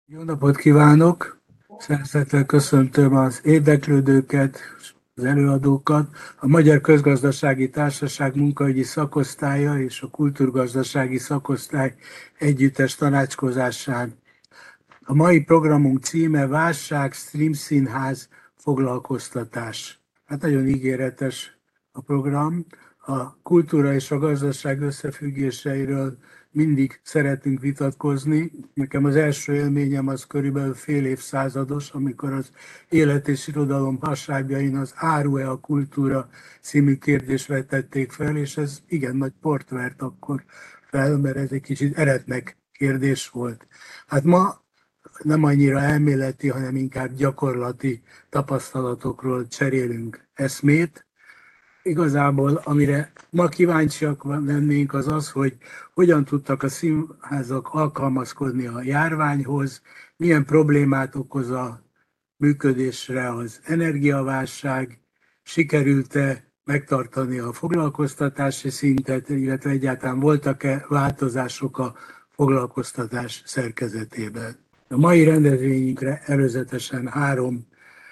Jó napot kívánok! Szeretettel köszöntöm az érdeklődőket, az előadókat. A Magyar Közgazdasági Társaság munkaügyi szakosztálya és a Kultúrgazdasági Szakosztály együttes tanácskozásán. A mai programunk címe Válság, Streamszínház, foglalkoztatás. Hát nagyon ígéretes a program. A kultúra és a gazdaság összefüggéseiről mindig szeretünk vitatkozni. Nekem az első élményem az körülbelül fél évszázados, amikor az Élet és Irodalom hasábjain az Áru-e a kultúra című kérdést vetették fel, és ez igen nagy port vert akkor fel, mert ez egy kicsit eretnek kérdés volt. Hát ma nem annyira elméleti, hanem inkább gyakorlati tapasztalatokról cserélünk eszmét. Igazából, amire ma kíváncsiak lennénk, az az, hogy hogyan tudtak a színházak alkalmazkodni a járványhoz, milyen problémát okoz a működésre az energiaválság, sikerült-e megtartani a foglalkoztatási szintet, illetve egyáltalán voltak-e változások a foglalkoztatás szerkezetében. A mai rendezvényünkre előzetesen három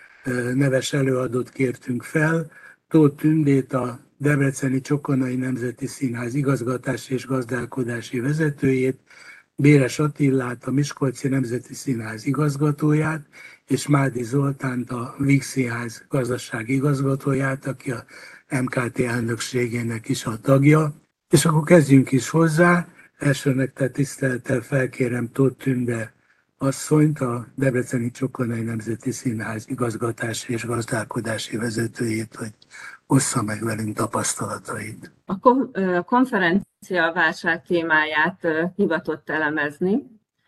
neves előadót kértünk fel. Tóth Tündét, a Debreceni Csokonai Nemzeti Színház igazgatási és gazdálkodási vezetőjét, Béres Attillát, a Miskolci Nemzeti Színház igazgatóját, és Mádi Zoltánt, a Víg Színház gazdasági igazgatóját, aki a MKT elnökségének is a tagja. És akkor kezdjünk is hozzá. Elsőnek tehát tisztelettel felkérem Tóth Tünde asszonyt, a Debreceni Csokonai Nemzeti Színház igazgatási és gazdálkodási vezetőjét, hogy ossza meg velünk tapasztalatait. A konferencia válság témáját hivatott elemezni,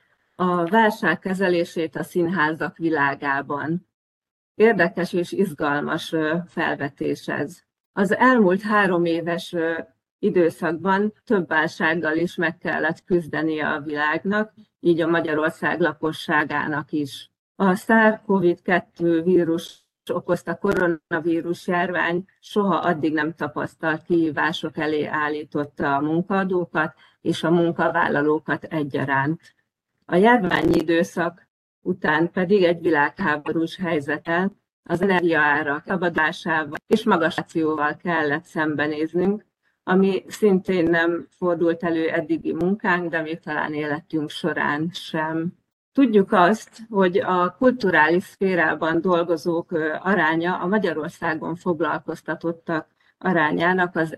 a válság kezelését a színházak világában. Érdekes és izgalmas felvetés ez. Az elmúlt 3 éves időszakban több válsággal is meg kellett küzdenie a világnak, így a Magyarország lakosságának is. A SARS-CoV-2 vírus okozta koronavírus járvány soha addig nem tapasztalt kihívások elé állította a munkaadókat és a munkavállalókat egyaránt. A járványi időszak után pedig egy világháborús helyzettel, az energiaárak szabadásával és magas inflációval kellett szembenéznünk, ami szintén nem fordult elő eddigi munkánk, de még talán életünk során sem. Tudjuk azt, hogy a kulturális szférában dolgozók aránya a Magyarországon foglalkoztatottak arányának az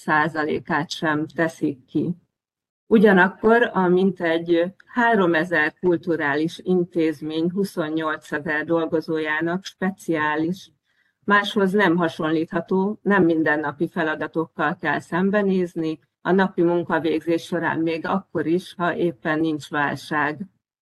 1%-át sem teszik ki. Ugyanakkor a mintegy 3000 kulturális intézmény 28 000 dolgozójának speciális, máshoz nem hasonlítható, nem mindennapi feladatokkal kell szembenézni, a napi munkavégzés során még akkor is, ha éppen nincs válság.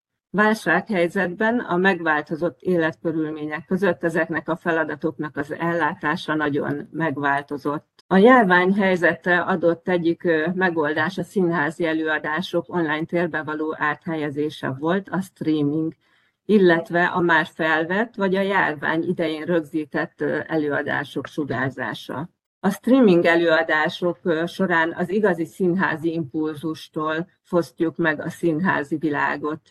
Válsághelyzetben a megváltozott életkörülmények között ezeknek a feladatoknak az ellátása nagyon megváltozott. A járvány helyzete adott egyik megoldás a színházi előadások online térbe való áthelyezése volt, a streaming, illetve a már felvett vagy a járvány idején rögzített előadások sugárzása. A streaming előadások során az igazi színházi impulzustól fosztjuk meg a színházi világot.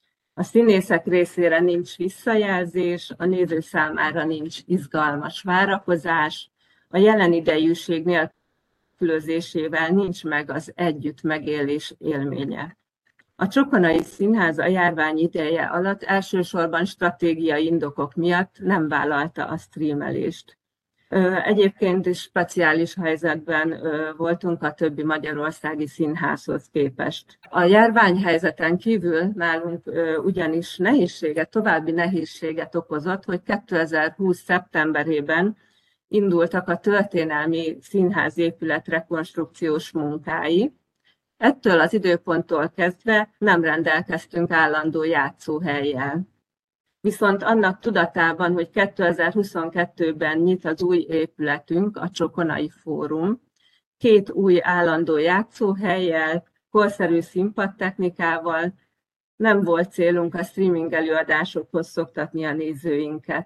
A színészek részére nincs visszajelzés, a néző számára nincs izgalmas várakozás, a jelen idejűség nélkülözésével nincs meg az együtt megélés élménye. A Csokonai Színház a járvány ideje alatt elsősorban stratégiai indokok miatt nem vállalta a streamelést. Egyébként is speciális helyzetben voltunk a többi magyarországi színházhoz képest. A járványhelyzeten kívül nálunk ugyanis további nehézséget okozott, hogy 2020. szeptemberében indultak a történelmi színházépület rekonstrukciós munkái. Ettől az időponttól kezdve nem rendelkeztünk állandó játszóhellyel. Viszont annak tudatában, hogy 2022-ben nyit az új épületünk, a Csokonai Fórum, 2 új állandó játszóhellyel, korszerű színpadtechnikával, nem volt célunk a streaming előadásokhoz szoktatni a nézőinket.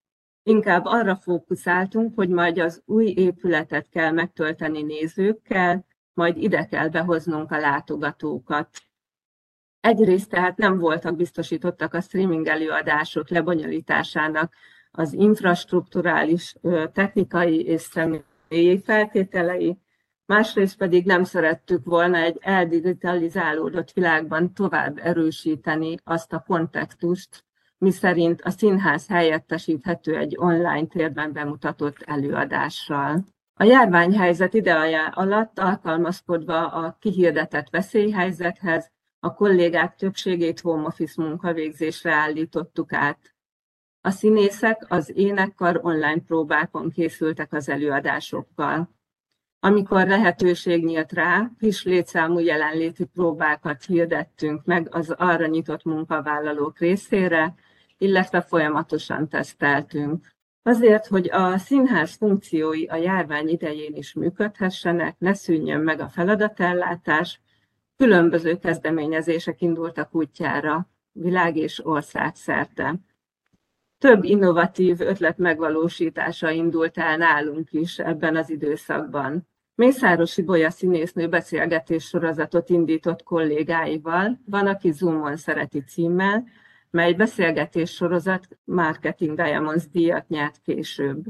Inkább arra fókuszáltunk, hogy majd az új épületet kell megtölteni nézőkkel, majd ide kell behoznunk a látogatókat. Egyrészt tehát nem voltak biztosítottak a streaming előadások lebonyolításának az infrastrukturális, technikai és személyi feltételei, másrészt pedig nem szerettük volna egy eldigitalizálódott világban tovább erősíteni azt a kontextust, miszerint a színház helyettesíthető egy online térben bemutatott előadással. A járványhelyzet ideje alatt alkalmazkodva a kihirdetett veszélyhelyzethez, a kollégák többségét home office munkavégzésre állítottuk át. A színészek az énekkar online próbákon készültek az előadásokkal. Amikor lehetőség nyílt rá, kis létszámú jelenléti próbákat hirdettünk meg az arra nyitott munkavállalók részére, illetve folyamatosan teszteltünk. Azért, hogy a színház funkciói a járvány idején is működhessenek, ne szűnjön meg a feladatellátás, különböző kezdeményezések indultak útjára világ és országszerte. Több innovatív ötlet megvalósítása indult el nálunk is ebben az időszakban. Mészáros Ibolya színésznő beszélgetés sorozatot indított kollégáival, Van, aki Zoomon szereti címmel, mely beszélgetés sorozat Marketing Diamonds díjat nyert később.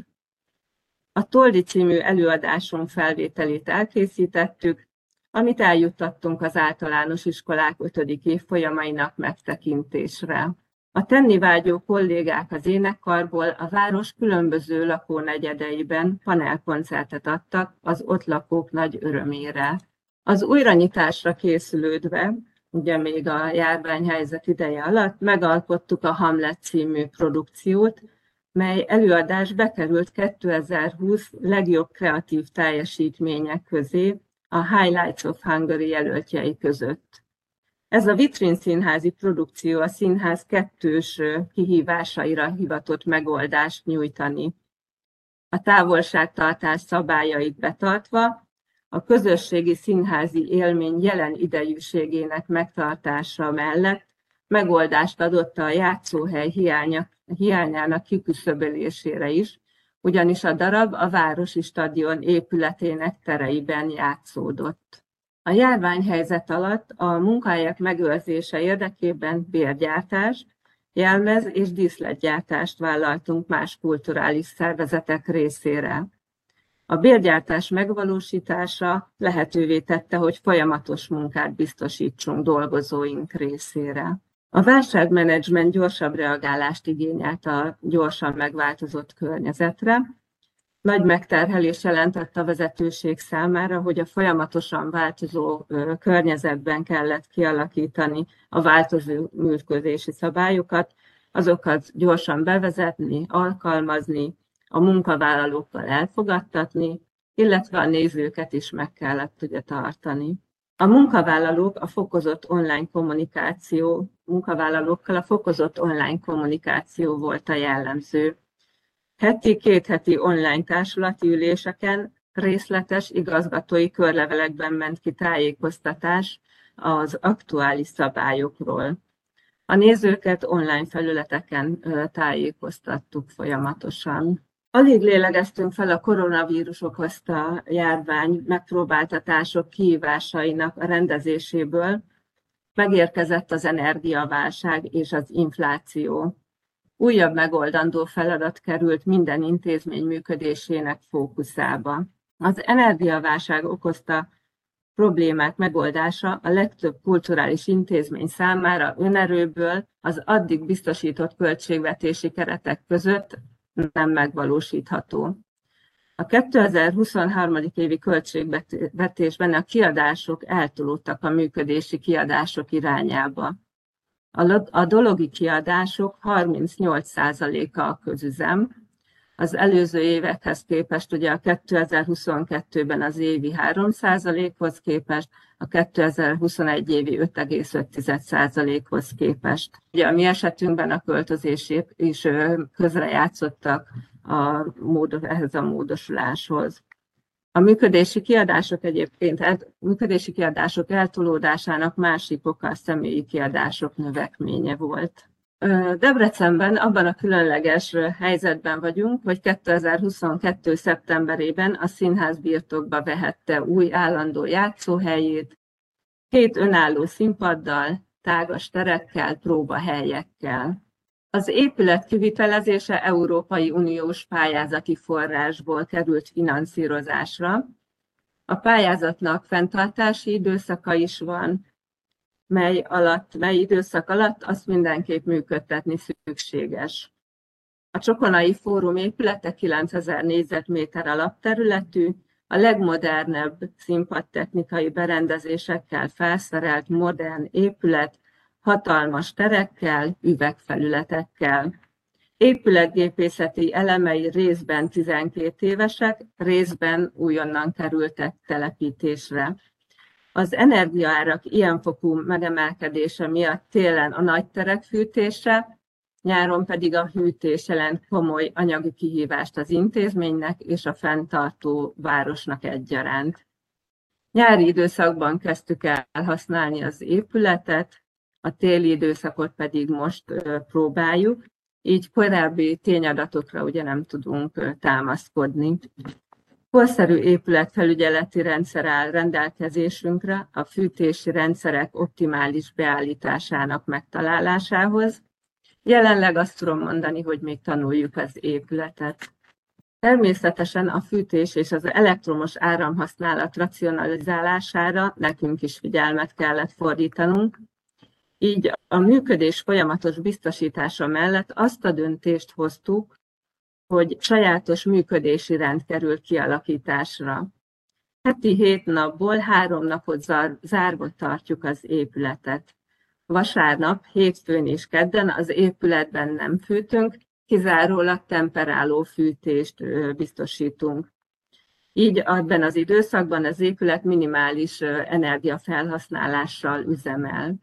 A Toldi című előadásunk felvételét elkészítettük, amit eljuttattunk az általános iskolák 5. évfolyamainak megtekintésre. A tennivágyó kollégák az énekkarból a város különböző lakónegyedeiben panelkoncertet adtak az ott lakók nagy örömére. Az újranyitásra készülődve, ugye még a járványhelyzet ideje alatt megalkottuk a Hamlet című produkciót, mely előadás bekerült 2020 legjobb kreatív teljesítmények közé a Highlights of Hungary jelöltjei között. Ez a vitrin színházi produkció a színház kettős kihívásaira hivatott megoldást nyújtani. A távolságtartás szabályait betartva, a közösségi színházi élmény jelen idejűségének megtartása mellett megoldást adott a játszóhely hiányának kiküszöbölésére is, ugyanis a darab a Városi Stadion épületének tereiben játszódott. A járványhelyzet alatt a munkahelyek megőrzése érdekében bérgyártást, jelmez- és díszletgyártást vállaltunk más kulturális szervezetek részére. A bérgyártás megvalósítása lehetővé tette, hogy folyamatos munkát biztosítsunk dolgozóink részére. A válságmenedzsment gyorsabb reagálást igényelt a gyorsan megváltozott környezetre. Nagy megterhelés jelentett a vezetőség számára, hogy a folyamatosan változó környezetben kellett kialakítani a változó működési szabályokat, azokat gyorsan bevezetni, alkalmazni, a munkavállalókkal elfogadtatni, illetve a nézőket is meg kellett ugye tartani. A munkavállalókkal a fokozott online kommunikáció volt a jellemző. Két heti online társulati üléseken részletes igazgatói körlevelekben ment ki tájékoztatás az aktuális szabályokról. A nézőket online felületeken tájékoztattuk folyamatosan. Alig lélegeztünk fel a koronavírus okozta járvány megpróbáltatások kihívásainak a rendezéséből, megérkezett az energiaválság és az infláció. Újabb megoldandó feladat került minden intézmény működésének fókuszába. Az energiaválság okozta problémák megoldása a legtöbb kulturális intézmény számára önerőből az addig biztosított költségvetési keretek között nem megvalósítható. A 2023. évi költségvetésben a kiadások eltolódtak a működési kiadások irányába. A dologi kiadások 38%-a a közüzem, az előző évekhez képest, ugye a 2022-ben az évi 3%-hoz képest, a 2021 évi 5,5%-hoz képest. Ugye a mi esetünkben a költözések is közrejátszottak ehhez a módosuláshoz. A működési kiadások eltolódásának másik oka a személyi kiadások növekménye volt. Debrecenben abban a különleges helyzetben vagyunk, hogy 2022. szeptemberében a színház birtokba vehette új állandó játszóhelyét, 2 önálló színpaddal, tágas terekkel, próbahelyekkel. Az épület kivitelezése Európai Uniós pályázati forrásból került finanszírozásra. A pályázatnak fenntartási időszaka is van, mely időszak alatt azt mindenképp működtetni szükséges. A Csokonai Fórum épülete 9000 négyzetméter alapterületű, a legmodernebb színpadtechnikai berendezésekkel felszerelt modern épület, hatalmas terekkel, üvegfelületekkel. Épületgépészeti elemei részben 12 évesek, részben újonnan kerültek telepítésre. Az energiaárak ilyen fokú megemelkedése miatt télen a nagy terek fűtése, nyáron pedig a hűtés jelent komoly anyagi kihívást az intézménynek és a fenntartó városnak egyaránt. Nyári időszakban kezdtük el használni az épületet, a téli időszakot pedig most próbáljuk, így korábbi tényadatokra ugye nem tudunk támaszkodni. Korszerű épületfelügyeleti rendszer áll rendelkezésünkre a fűtési rendszerek optimális beállításának megtalálásához. Jelenleg azt tudom mondani, hogy még tanuljuk az épületet. Természetesen a fűtés és az elektromos áramhasználat racionalizálására nekünk is figyelmet kellett fordítanunk. Így a működés folyamatos biztosítása mellett azt a döntést hoztuk, hogy sajátos működési rend kerül kialakításra. Heti 7 napból 3 napot zárva tartjuk az épületet. Vasárnap, hétfőn és kedden az épületben nem fűtünk, kizárólag temperáló fűtést biztosítunk. Így ebben az időszakban az épület minimális energiafelhasználással üzemel.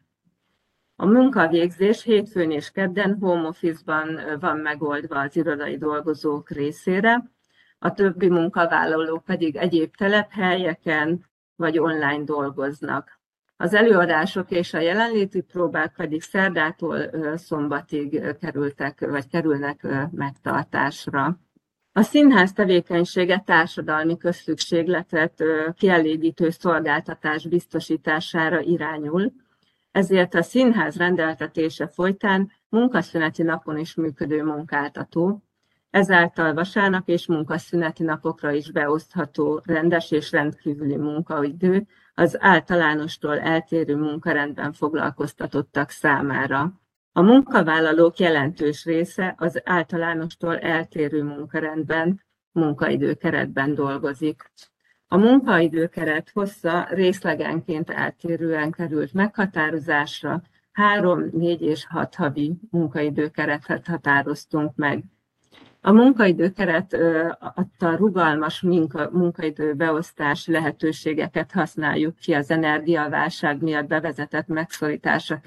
A munkavégzés hétfőn és kedden home office-ban van megoldva az irodai dolgozók részére, a többi munkavállalók pedig egyéb telephelyeken vagy online dolgoznak. Az előadások és a jelenléti próbák pedig szerdától szombatig kerülnek megtartásra. A színház tevékenysége társadalmi közszükségletet kielégítő szolgáltatás biztosítására irányul, ezért a színház rendeltetése folytán munkaszüneti napon is működő munkáltató, ezáltal vasárnap és munkaszüneti napokra is beosztható rendes és rendkívüli munkaidő az általánostól eltérő munkarendben foglalkoztatottak számára. A munkavállalók jelentős része az általánostól eltérő munkarendben, munkaidőkeretben dolgozik. A munkaidőkeret hossza részlegenként eltérően került meghatározásra, 3, 4 és 6 havi munkaidőkeretet határoztunk meg. A munkaidőkeret adta rugalmas munkaidőbeosztás lehetőségeket használjuk ki az energiaválság miatt bevezetett megszorítások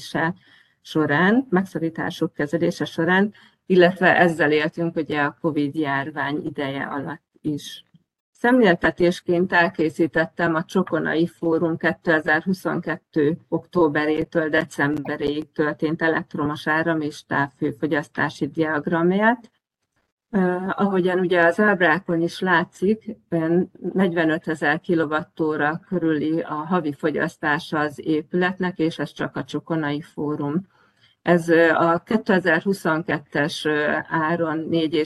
kezelése során, illetve ezzel éltünk ugye a Covid-járvány ideje alatt is. Szemléltetésként elkészítettem a Csokonai Fórum 2022. októberétől decemberéig történt elektromos áram és távhőfogyasztási diagramját. Ahogyan ugye az ábrákon is látszik, 45 000 kWh körüli a havi fogyasztása az épületnek, és ez csak a Csokonai Fórum. Ez a 2022-es áron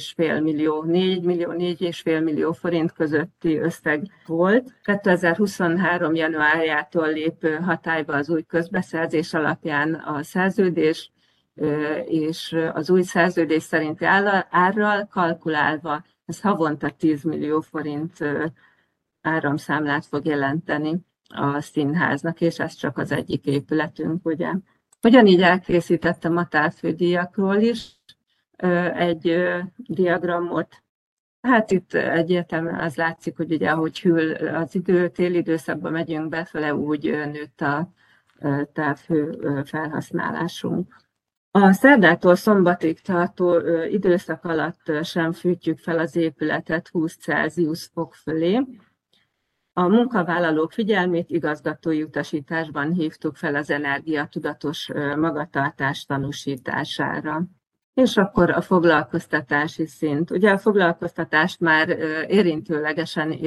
4,5 millió forint közötti összeg volt. 2023. januárjától lép hatályba az új közbeszerzés alapján a szerződés, és az új szerződés szerinti árral kalkulálva ez havonta 10 millió forint áramszámlát fog jelenteni a színháznak, és ez csak az egyik épületünk, ugye. Ugyanígy elkészítettem a távhődíjakról is egy diagramot. Hát itt egyértelműen az látszik, hogy ugye ahogy hűl az idő, téli időszakban megyünk befele, úgy nőtt a távhő felhasználásunk. A szerdától szombatig tartó időszak alatt sem fűtjük fel az épületet 20 Celsius fok fölé. A munkavállalók figyelmét igazgatói utasításban hívtuk fel az energiatudatos magatartás tanúsítására. És akkor a foglalkoztatási szint. Ugye a foglalkoztatást már érintőlegesen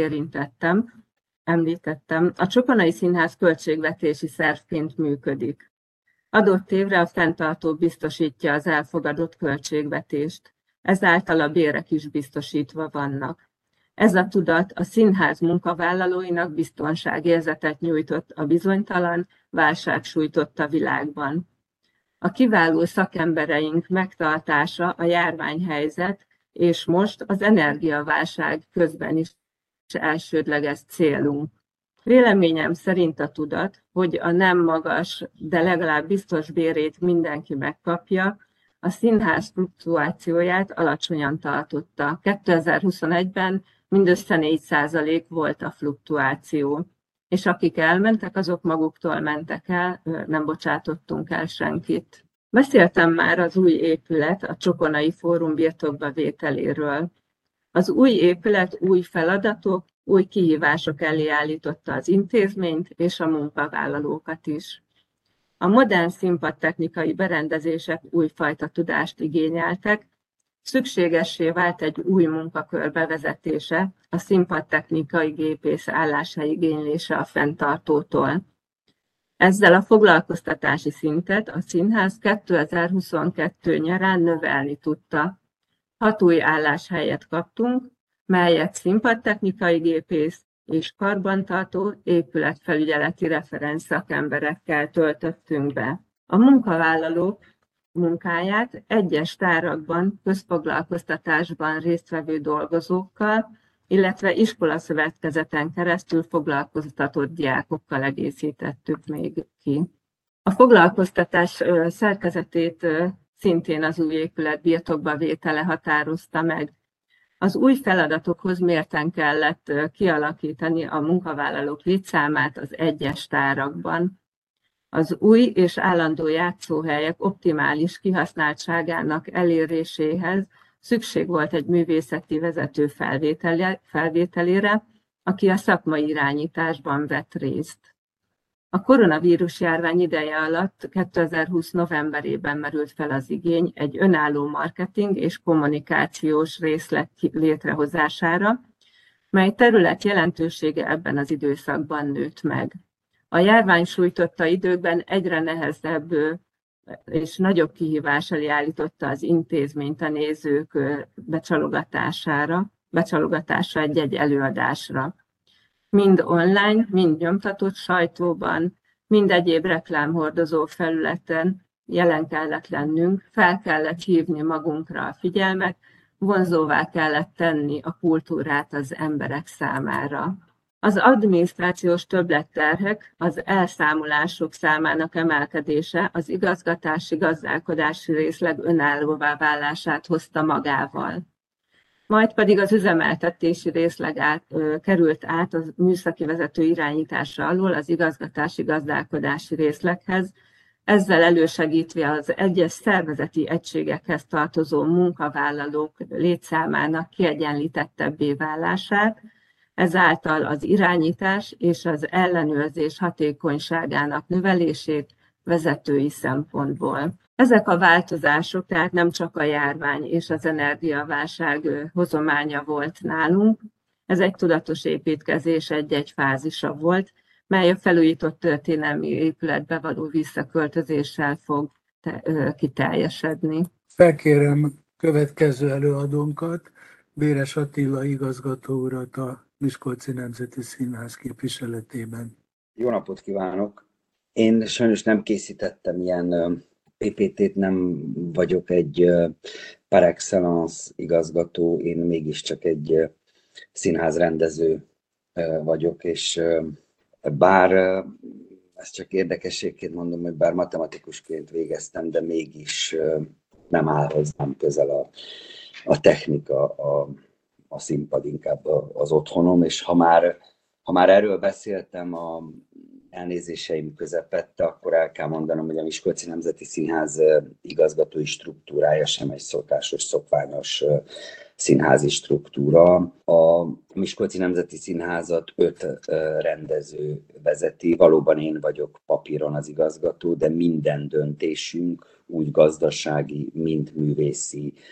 említettem. A Csokonai Színház költségvetési szervként működik. Adott évre a fenntartó biztosítja az elfogadott költségvetést, ezáltal a bérek is biztosítva vannak. Ez a tudat a színház munkavállalóinak biztonságérzetet nyújtott a bizonytalan, válság sújtotta világban. A kiváló szakembereink megtartása a járványhelyzet és most az energiaválság közben is elsődleges célunk. Véleményem szerint a tudat, hogy a nem magas, de legalább biztos bérét mindenki megkapja, a színház fluktuációját alacsonyan tartotta. 2021-ben mindössze 4% volt a fluktuáció, és akik elmentek, azok maguktól mentek el, nem bocsátottunk el senkit. Beszéltem már az új épület, a Csokonai Fórum birtokba vételéről. Az új épület új feladatok, új kihívások elé állította az intézményt és a munkavállalókat is. A modern színpadtechnikai berendezések újfajta tudást igényeltek, szükségessé vált egy új munkakör bevezetése, a színpadtechnikai gépész álláshelyigénylése a fenntartótól. Ezzel a foglalkoztatási szintet a színház 2022 nyarán növelni tudta. 6 új álláshelyet kaptunk, melyet színpadtechnikai gépész és karbantartó épületfelügyeleti referens szakemberekkel töltöttünk be. A munkavállalók munkáját egyes tárakban, közfoglalkoztatásban résztvevő dolgozókkal, illetve iskolaszövetkezeten keresztül foglalkoztatott diákokkal egészítettük még ki. A foglalkoztatás szerkezetét szintén az új épület birtokba vétele határozta meg. Az új feladatokhoz mérten kellett kialakítani a munkavállalók létszámát az egyes tárakban. Az új és állandó játszóhelyek optimális kihasználtságának eléréséhez szükség volt egy művészeti vezető felvételére, aki a szakmai irányításban vett részt. A koronavírus járvány ideje alatt 2020 novemberében merült fel az igény egy önálló marketing és kommunikációs részleg létrehozására, mely terület jelentősége ebben az időszakban nőtt meg. A járvány sújtotta időkben egyre nehezebb és nagyobb kihívás elé állította az intézményt a nézők becsalogatása egy-egy előadásra. Mind online, mind nyomtatott sajtóban, mind egyéb reklámhordozó felületen jelen kellett lennünk, fel kellett hívni magunkra a figyelmet, vonzóvá kellett tenni a kultúrát az emberek számára. Az adminisztrációs többletterhek, az elszámolások számának emelkedése az igazgatási-gazdálkodási részleg önállóvá válását hozta magával. Majd pedig az üzemeltetési részleg került át a műszaki vezető irányítása alól az igazgatási-gazdálkodási részleghez, ezzel elősegítve az egyes szervezeti egységekhez tartozó munkavállalók létszámának kiegyenlítettebbé válását, ezáltal az irányítás és az ellenőrzés hatékonyságának növelését vezetői szempontból. Ezek a változások tehát nem csak a járvány és az energiaválság hozománya volt nálunk, ez egy tudatos építkezés egy-egy fázisa volt, mely a felújított történelmi épületbe való visszaköltözéssel fog kiteljesedni. Felkérem következő előadónkat, Béres Attila igazgató urat a Miskolci Nemzeti Színház képviseletében. Jó napot kívánok! Én sajnos nem készítettem ilyen PPT-t, nem vagyok egy par excellence igazgató, én mégiscsak egy színházrendező vagyok, és bár ezt csak érdekességként mondom, hogy bár matematikusként végeztem, de mégis nem áll hozzám közel a technika, a színpad inkább az otthonom, és ha már erről beszéltem a elnézéseim közepette, akkor el kell mondanom, hogy a Miskolci Nemzeti Színház igazgatói struktúrája sem egy szokásos, szokványos színházi struktúra. A Miskolci Nemzeti Színházat 5 rendező vezeti, valóban én vagyok papíron az igazgató, de minden döntésünk úgy gazdasági, mint művészi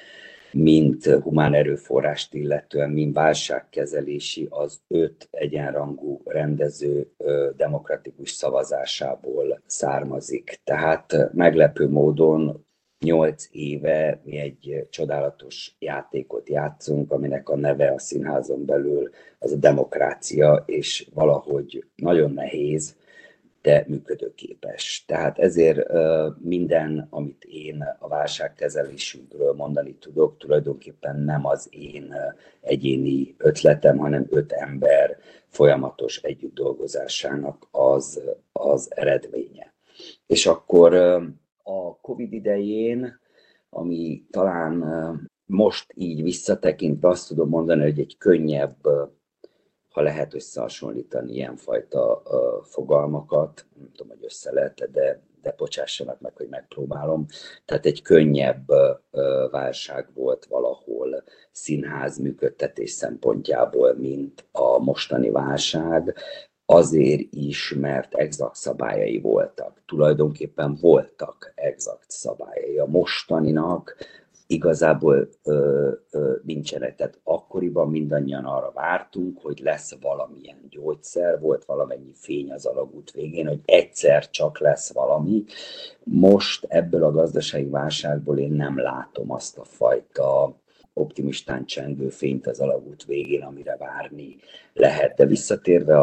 mint humán erőforrást illetően, mint válságkezelési az 5 egyenrangú rendező demokratikus szavazásából származik. Tehát meglepő módon 8 éve mi egy csodálatos játékot játszunk, aminek a neve a színházon belül az a demokrácia, és valahogy nagyon nehéz, de működőképes. Tehát ezért minden, amit én a válságkezelésünkről mondani tudok, tulajdonképpen nem az én egyéni ötletem, hanem 5 ember folyamatos együtt dolgozásának az eredménye. És akkor a Covid idején, ami talán most így visszatekintve azt tudom mondani, hogy egy könnyebb, ha lehet összehasonlítani ilyenfajta fogalmakat, nem tudom, hogy össze lehet, de bocsássanak meg, hogy megpróbálom. Tehát egy könnyebb válság volt valahol színház működtetés szempontjából, mint a mostani válság, azért is, mert exakt szabályai voltak. Tulajdonképpen voltak exakt szabályai. A mostaninak igazából nincsenek. Tehát akkoriban mindannyian arra vártunk, hogy lesz valamilyen gyógyszer, volt valamennyi fény az alagút végén, hogy egyszer csak lesz valami. Most ebből a gazdasági válságból én nem látom azt a fajta optimistán csengő fényt az alagút végén, amire várni lehet. De visszatérve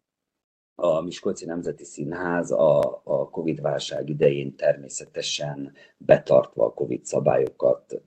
a Miskolci Nemzeti Színház a Covid-válság idején természetesen betartva a Covid szabályokat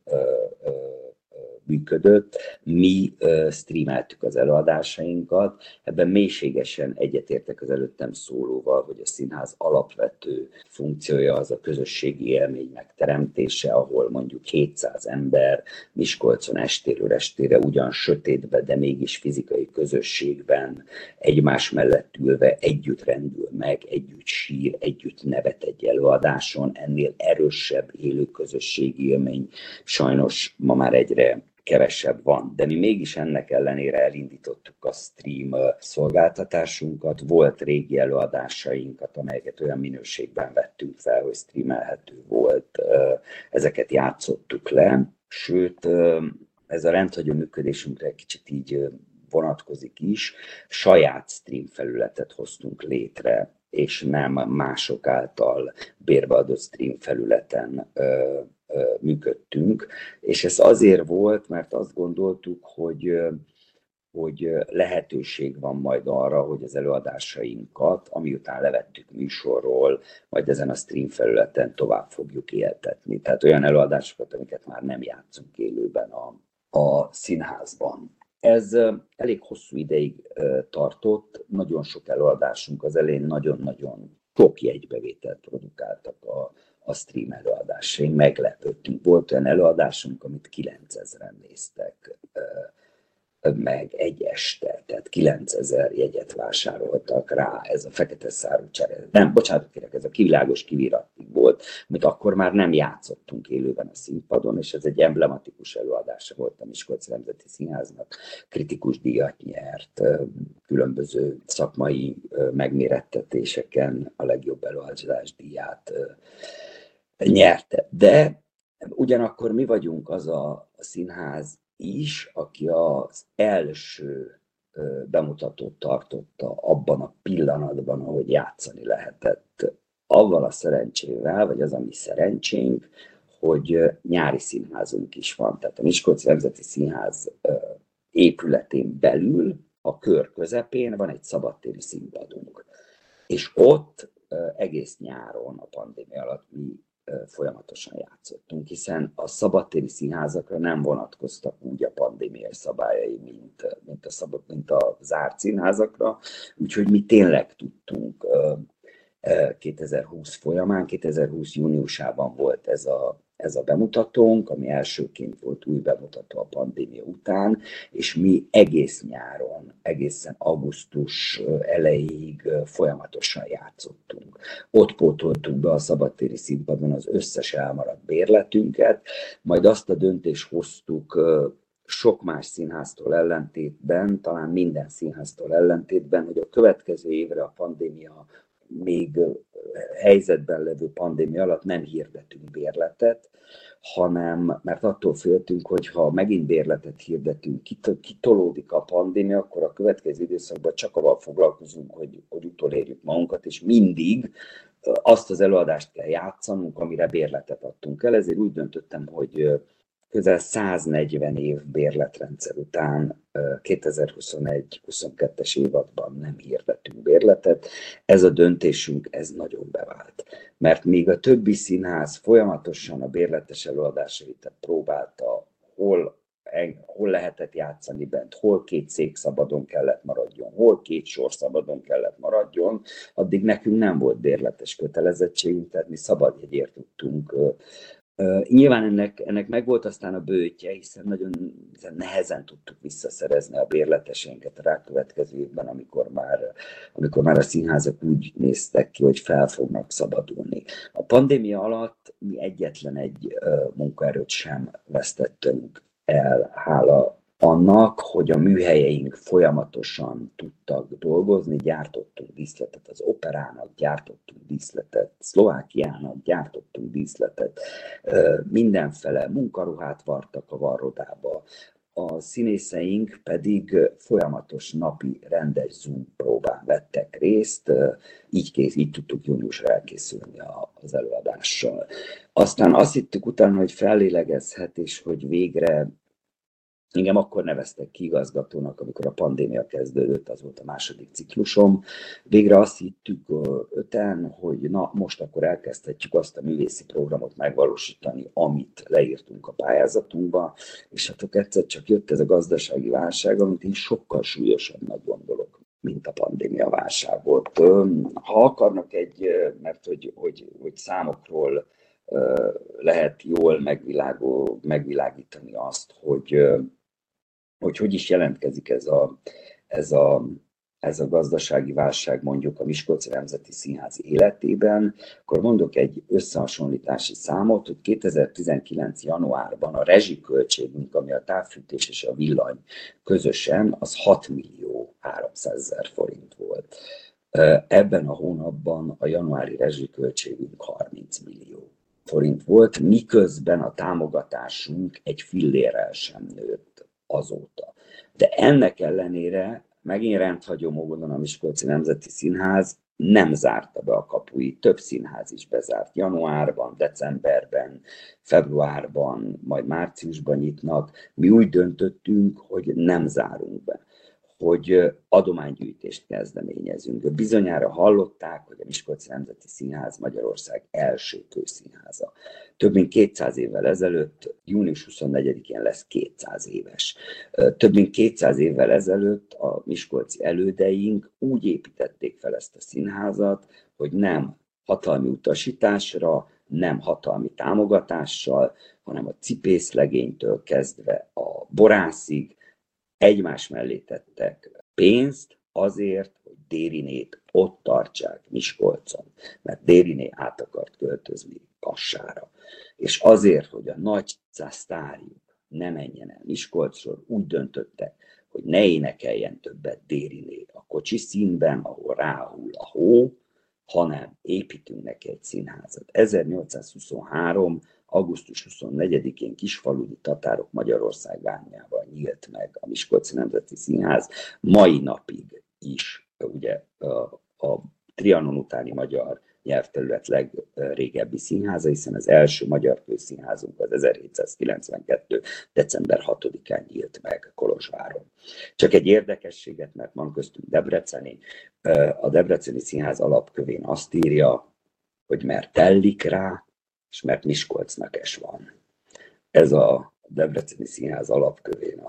működött. Mi streameltük az előadásainkat. Ebben mélységesen egyetértek az előttem szólóval, hogy a színház alapvető funkciója az a közösségi élmény megteremtése, ahol mondjuk 700 ember Miskolcon estéről estére ugyan sötétbe, de mégis fizikai közösségben egymás mellett ülve együtt rendül meg, együtt sír, együtt nevet egy előadáson. Ennél erősebb élő közösségi élmény sajnos ma már egyre kevesebb van, de mi mégis ennek ellenére elindítottuk a stream szolgáltatásunkat, volt régi előadásainkat, amelyeket olyan minőségben vettünk fel, hogy streamelhető volt, ezeket játszottuk le, sőt, ez a rendhagyó működésünkre egy kicsit így vonatkozik is, saját stream felületet hoztunk létre, és nem mások által bérbeadott stream felületen működtünk, és ez azért volt, mert azt gondoltuk, hogy lehetőség van majd arra, hogy az előadásainkat, ami után levettük műsorról, majd ezen a stream felületen tovább fogjuk éltetni. Tehát olyan előadásokat, amiket már nem játszunk élőben a színházban. Ez elég hosszú ideig tartott, nagyon sok előadásunk az elején nagyon-nagyon sok jegybevételt produkáltak a stream előadásaink, meglepődtünk. Volt olyan előadásunk, amit 9000-en néztek meg egy este, tehát 9000 jegyet vásároltak rá, ez a fekete szárú csere. Nem, bocsánat, kérek, ez a kivilágos kiviratig volt, amit akkor már nem játszottunk élőben a színpadon, és ez egy emblematikus előadása volt a Miskolci Nemzeti Színháznak, kritikus díjat nyert, különböző szakmai megmérettetéseken a legjobb előadás díját nyerte. De ugyanakkor mi vagyunk az a színház is, aki az első bemutatót tartotta abban a pillanatban, ahogy játszani lehetett. Avval a szerencsével, vagy az a mi szerencsénk, hogy nyári színházunk is van. Tehát a Miskolci Nemzeti Színház épületén belül, a kör közepén van egy szabadtéri színpadunk. És ott egész nyáron, a pandémia alatt mi folyamatosan játszottunk, hiszen a szabadtéri színházakra nem vonatkoztak úgy a pandémiai szabályai, mint a zárt színházakra, úgyhogy mi tényleg tudtunk 2020 folyamán, 2020 júniusában volt ez a bemutatónk, ami elsőként volt új bemutató a pandémia után, és mi egész nyáron, egészen augusztus elejéig folyamatosan játszottunk. Ott pótoltuk be a szabadtéri színpadon az összes elmaradt bérletünket, majd azt a döntést hoztuk sok más színháztól ellentétben, talán minden színháztól ellentétben, hogy a következő évre a pandémia még helyzetben levő pandémia alatt nem hirdetünk bérletet, hanem mert attól féltünk, hogy ha megint bérletet hirdetünk, kitolódik a pandémia, akkor a következő időszakban csak avval foglalkozunk, hogy utolérjük magunkat, és mindig azt az előadást kell játszanunk, amire bérletet adtunk el. Ezért úgy döntöttem, hogy közel 140 év bérletrendszer után 2021-22-es évadban nem hirdetünk bérletet. Ez a döntésünk, ez nagyon bevált. Mert még a többi színház folyamatosan a bérletes előadásait próbálta, hol lehetett játszani bent, hol 2 szék szabadon kellett maradjon, hol 2 sor szabadon kellett maradjon, addig nekünk nem volt bérletes kötelezettségünk, tehát mi szabadjegyért tudtunk. Nyilván ennek megvolt aztán a bőtje, hiszen nagyon nehezen tudtuk visszaszerezni a bérleteseinket a rákövetkező évben, amikor már a színházak úgy néztek ki, hogy fel fognak szabadulni. A pandémia alatt mi egyetlen egy munkaerőt sem vesztettünk el, hála annak, hogy a műhelyeink folyamatosan tudtak dolgozni, gyártottunk díszletet az Operának, gyártottunk díszletet Szlovákiának, gyártottunk díszletet, mindenfele munkaruhát vartak a varrodába, a színészeink pedig folyamatos napi rendes Zoom próbán vettek részt, így tudtuk júniusra elkészülni az előadással. Aztán azt hittük utána, hogy fellélegezhet, és hogy végre engem akkor neveztek ki igazgatónak, amikor a pandémia kezdődött, az volt a második ciklusom. Végre azt hittük öten, hogy na, most akkor elkezdhetjük azt a művészi programot megvalósítani, amit leírtunk a pályázatunkba, és hát egyszer csak jött ez a gazdasági válság, amit én sokkal súlyosabbnak gondolok, mint a pandémia válság volt. Ha akarnak mert hogy számokról lehet jól megvilágítani azt, hogy is jelentkezik ez a gazdasági válság mondjuk a Miskolci Nemzeti Színház életében, akkor mondok egy összehasonlítási számot, hogy 2019. januárban a rezsiköltségünk, ami a távfűtés és a villany közösen, az 6.300.000 forint volt. Ebben a hónapban a januári rezsiköltségünk 30 millió forint volt, miközben a támogatásunk egy fillérrel sem nőtt azóta. De ennek ellenére megint rendhagyó módon a Miskolci Nemzeti Színház nem zárta be a kapuit, több színház is bezárt januárban, decemberben, februárban, majd márciusban nyitnak. Mi úgy döntöttünk, hogy nem zárunk be, hogy adománygyűjtést kezdeményezünk. Bizonyára hallották, hogy a Miskolci Nemzeti Színház Magyarország első kőszínháza. Több mint 200 évvel ezelőtt, június 24-én lesz 200 éves. Több mint 200 évvel ezelőtt a miskolci elődeink úgy építették fel ezt a színházat, hogy nem hatalmi utasításra, nem hatalmi támogatással, hanem a cipészlegénytől kezdve a borászig egymás mellé tettek pénzt azért, hogy Dérinét ott tartsák Miskolcon, mert Dériné át akart költözni Kassára. És azért, hogy a nagy sztárjuk ne menjen el Miskolcról, úgy döntöttek, hogy ne énekeljen többet Dériné a kocsi színben, ahol ráhull a hó, hanem építünk neki egy színházat. 1823. augusztus 24-én Kisfaludy Tatárok Magyarországányában nyílt meg a Miskolci Nemzeti Színház, mai napig is ugye a Trianon utáni magyar nyelvterület legrégebbi színháza, hiszen az első magyar kőszínházunk az 1792. december 6-án nyílt meg Kolozsváron. Csak egy érdekességet, mert van köztünk debreceni, a Debreceni Színház alapkövén azt írja, hogy mert tellik rá, és mert Miskolcnak es van. Ez a Debreceni Színház alapkövén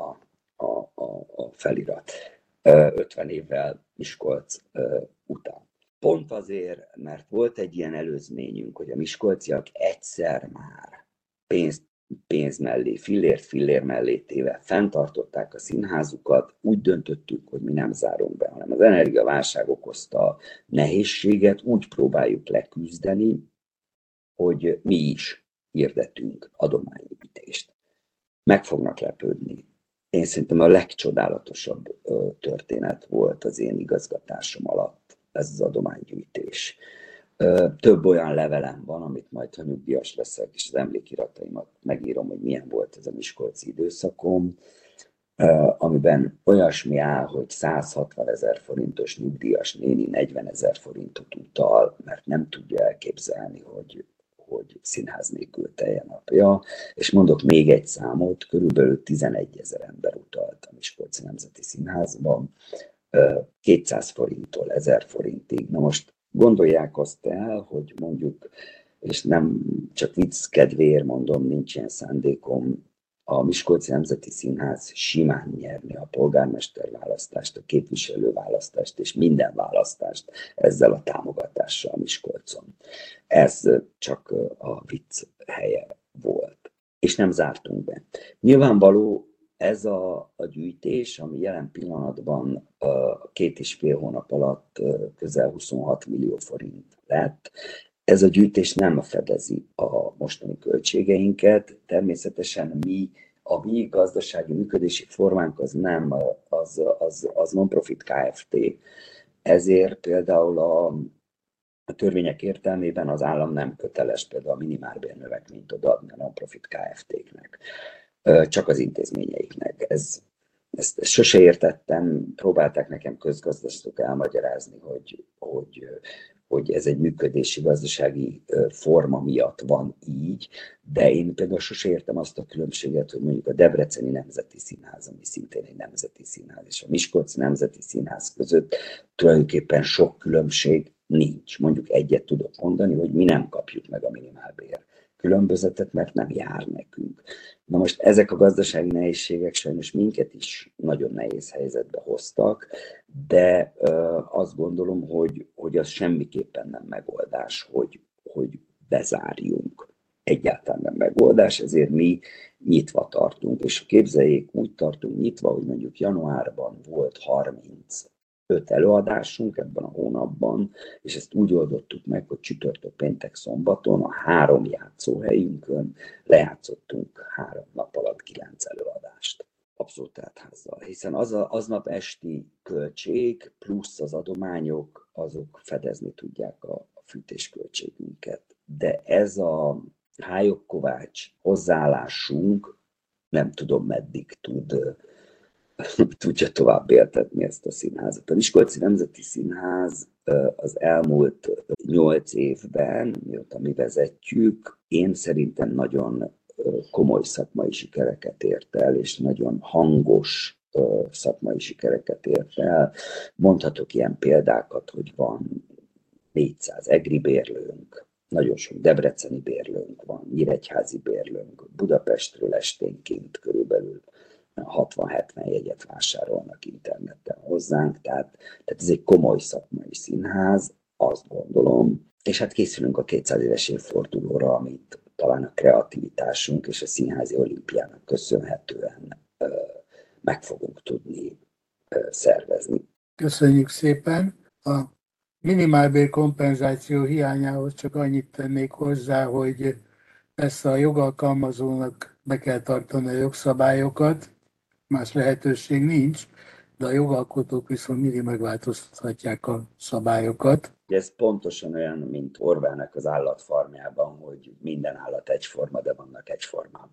a felirat 50 évvel Miskolc után. Pont azért, mert volt egy ilyen előzményünk, hogy a miskolciak egyszer már pénz mellé, fillér mellé téve fenntartották a színházukat, úgy döntöttük, hogy mi nem zárunk be, hanem az energiaválság okozta nehézséget, úgy próbáljuk leküzdeni, hogy mi is hirdetünk adománygyűjtést. Meg fognak lepődni. Én szerintem a legcsodálatosabb történet volt az én igazgatásom alatt ez az adománygyűjtés. Több olyan levelem van, amit majd, ha nyugdíjas leszek, és az emlékirataimat megírom, hogy milyen volt ez a miskolci időszakom, amiben olyasmi áll, hogy 160 000 forintos nyugdíjas néni 40 000 forintot utal, mert nem tudja elképzelni, hogy színház nélkül teljen napja, és mondok még egy számot, körülbelül 11 000 ember utalt a Miskolci Nemzeti Színházban, 200 forinttól 1000 forintig. Na most gondolják azt el, hogy mondjuk, és nem csak vicc kedvéért mondom, nincs ilyen szándékom, a Miskolci Nemzeti Színház simán nyerni a polgármester választást, a képviselő választást és minden választást ezzel a támogatással Miskolcon. Ez csak a vicc helye volt. És nem zártunk be. Nyilvánvaló ez a gyűjtés, ami jelen pillanatban 2,5 hónap alatt közel 26 millió forint lett, ez a gyűjtés nem fedezi a mostani költségeinket. Természetesen a mi gazdasági működési formánk az nem, az non-profit Kft. Ezért például a törvények értelmében az állam nem köteles például a minimálbér növekményt odaadni a non-profit Kft-knek, csak az intézményeiknek. Ezt sose értettem, próbálták nekem közgazdászok elmagyarázni, hogy ez egy működési gazdasági forma miatt van így, de én például sose értem azt a különbséget, hogy mondjuk a Debreceni Nemzeti Színház, ami szintén egy nemzeti színház, és a Miskolci Nemzeti Színház között tulajdonképpen sok különbség nincs. Mondjuk egyet tudok mondani, hogy mi nem kapjuk meg a minimálbér különbözetet, mert nem jár nekünk. Na most ezek a gazdasági nehézségek sajnos minket is nagyon nehéz helyzetbe hoztak, de azt gondolom, hogy az semmiképpen nem megoldás, hogy bezárjunk. Egyáltalán nem megoldás, ezért mi nyitva tartunk. És képzeljék, úgy tartunk nyitva, hogy mondjuk januárban volt 35 előadásunk ebben a hónapban, és ezt úgy oldottuk meg, hogy csütörtök, péntek, szombaton a 3 játszóhelyünkön lejátszottunk 3 nap alatt 9 előadást. Abszolút teltházzal, hiszen aznap esti költség plusz az adományok, azok fedezni tudják a fűtésköltségünket. De ez a Hályog-Kovács hozzáállásunk nem tudom meddig tudja tovább éltetni ezt a színházat. A Miskolci Nemzeti Színház az elmúlt 8 évben, mióta mi vezetjük, én szerintem nagyon komoly szakmai sikereket ért el, és nagyon hangos szakmai sikereket ért el. Mondhatok ilyen példákat, hogy van 400 egri bérlőnk, nagyon sok debreceni bérlőnk van, nyíregyházi bérlőnk, Budapestről esténként körülbelül 60-70 jegyet vásárolnak interneten hozzánk, tehát ez egy komoly szakmai színház, azt gondolom, és hát készülünk a 200 éves évfordulóra, amit talán a kreativitásunk és a színházi olimpiának köszönhetően meg fogunk tudni szervezni. Köszönjük szépen! A minimálbér kompenzáció hiányához csak annyit tennék hozzá, hogy persze a jogalkalmazónak be kell tartani a jogszabályokat, más lehetőség nincs, de a jogalkotók viszont mindig megváltoztathatják a szabályokat. Ez pontosan olyan, mint Orbánnak az állatfarmjában, hogy minden állat egyforma, de vannak egyformában.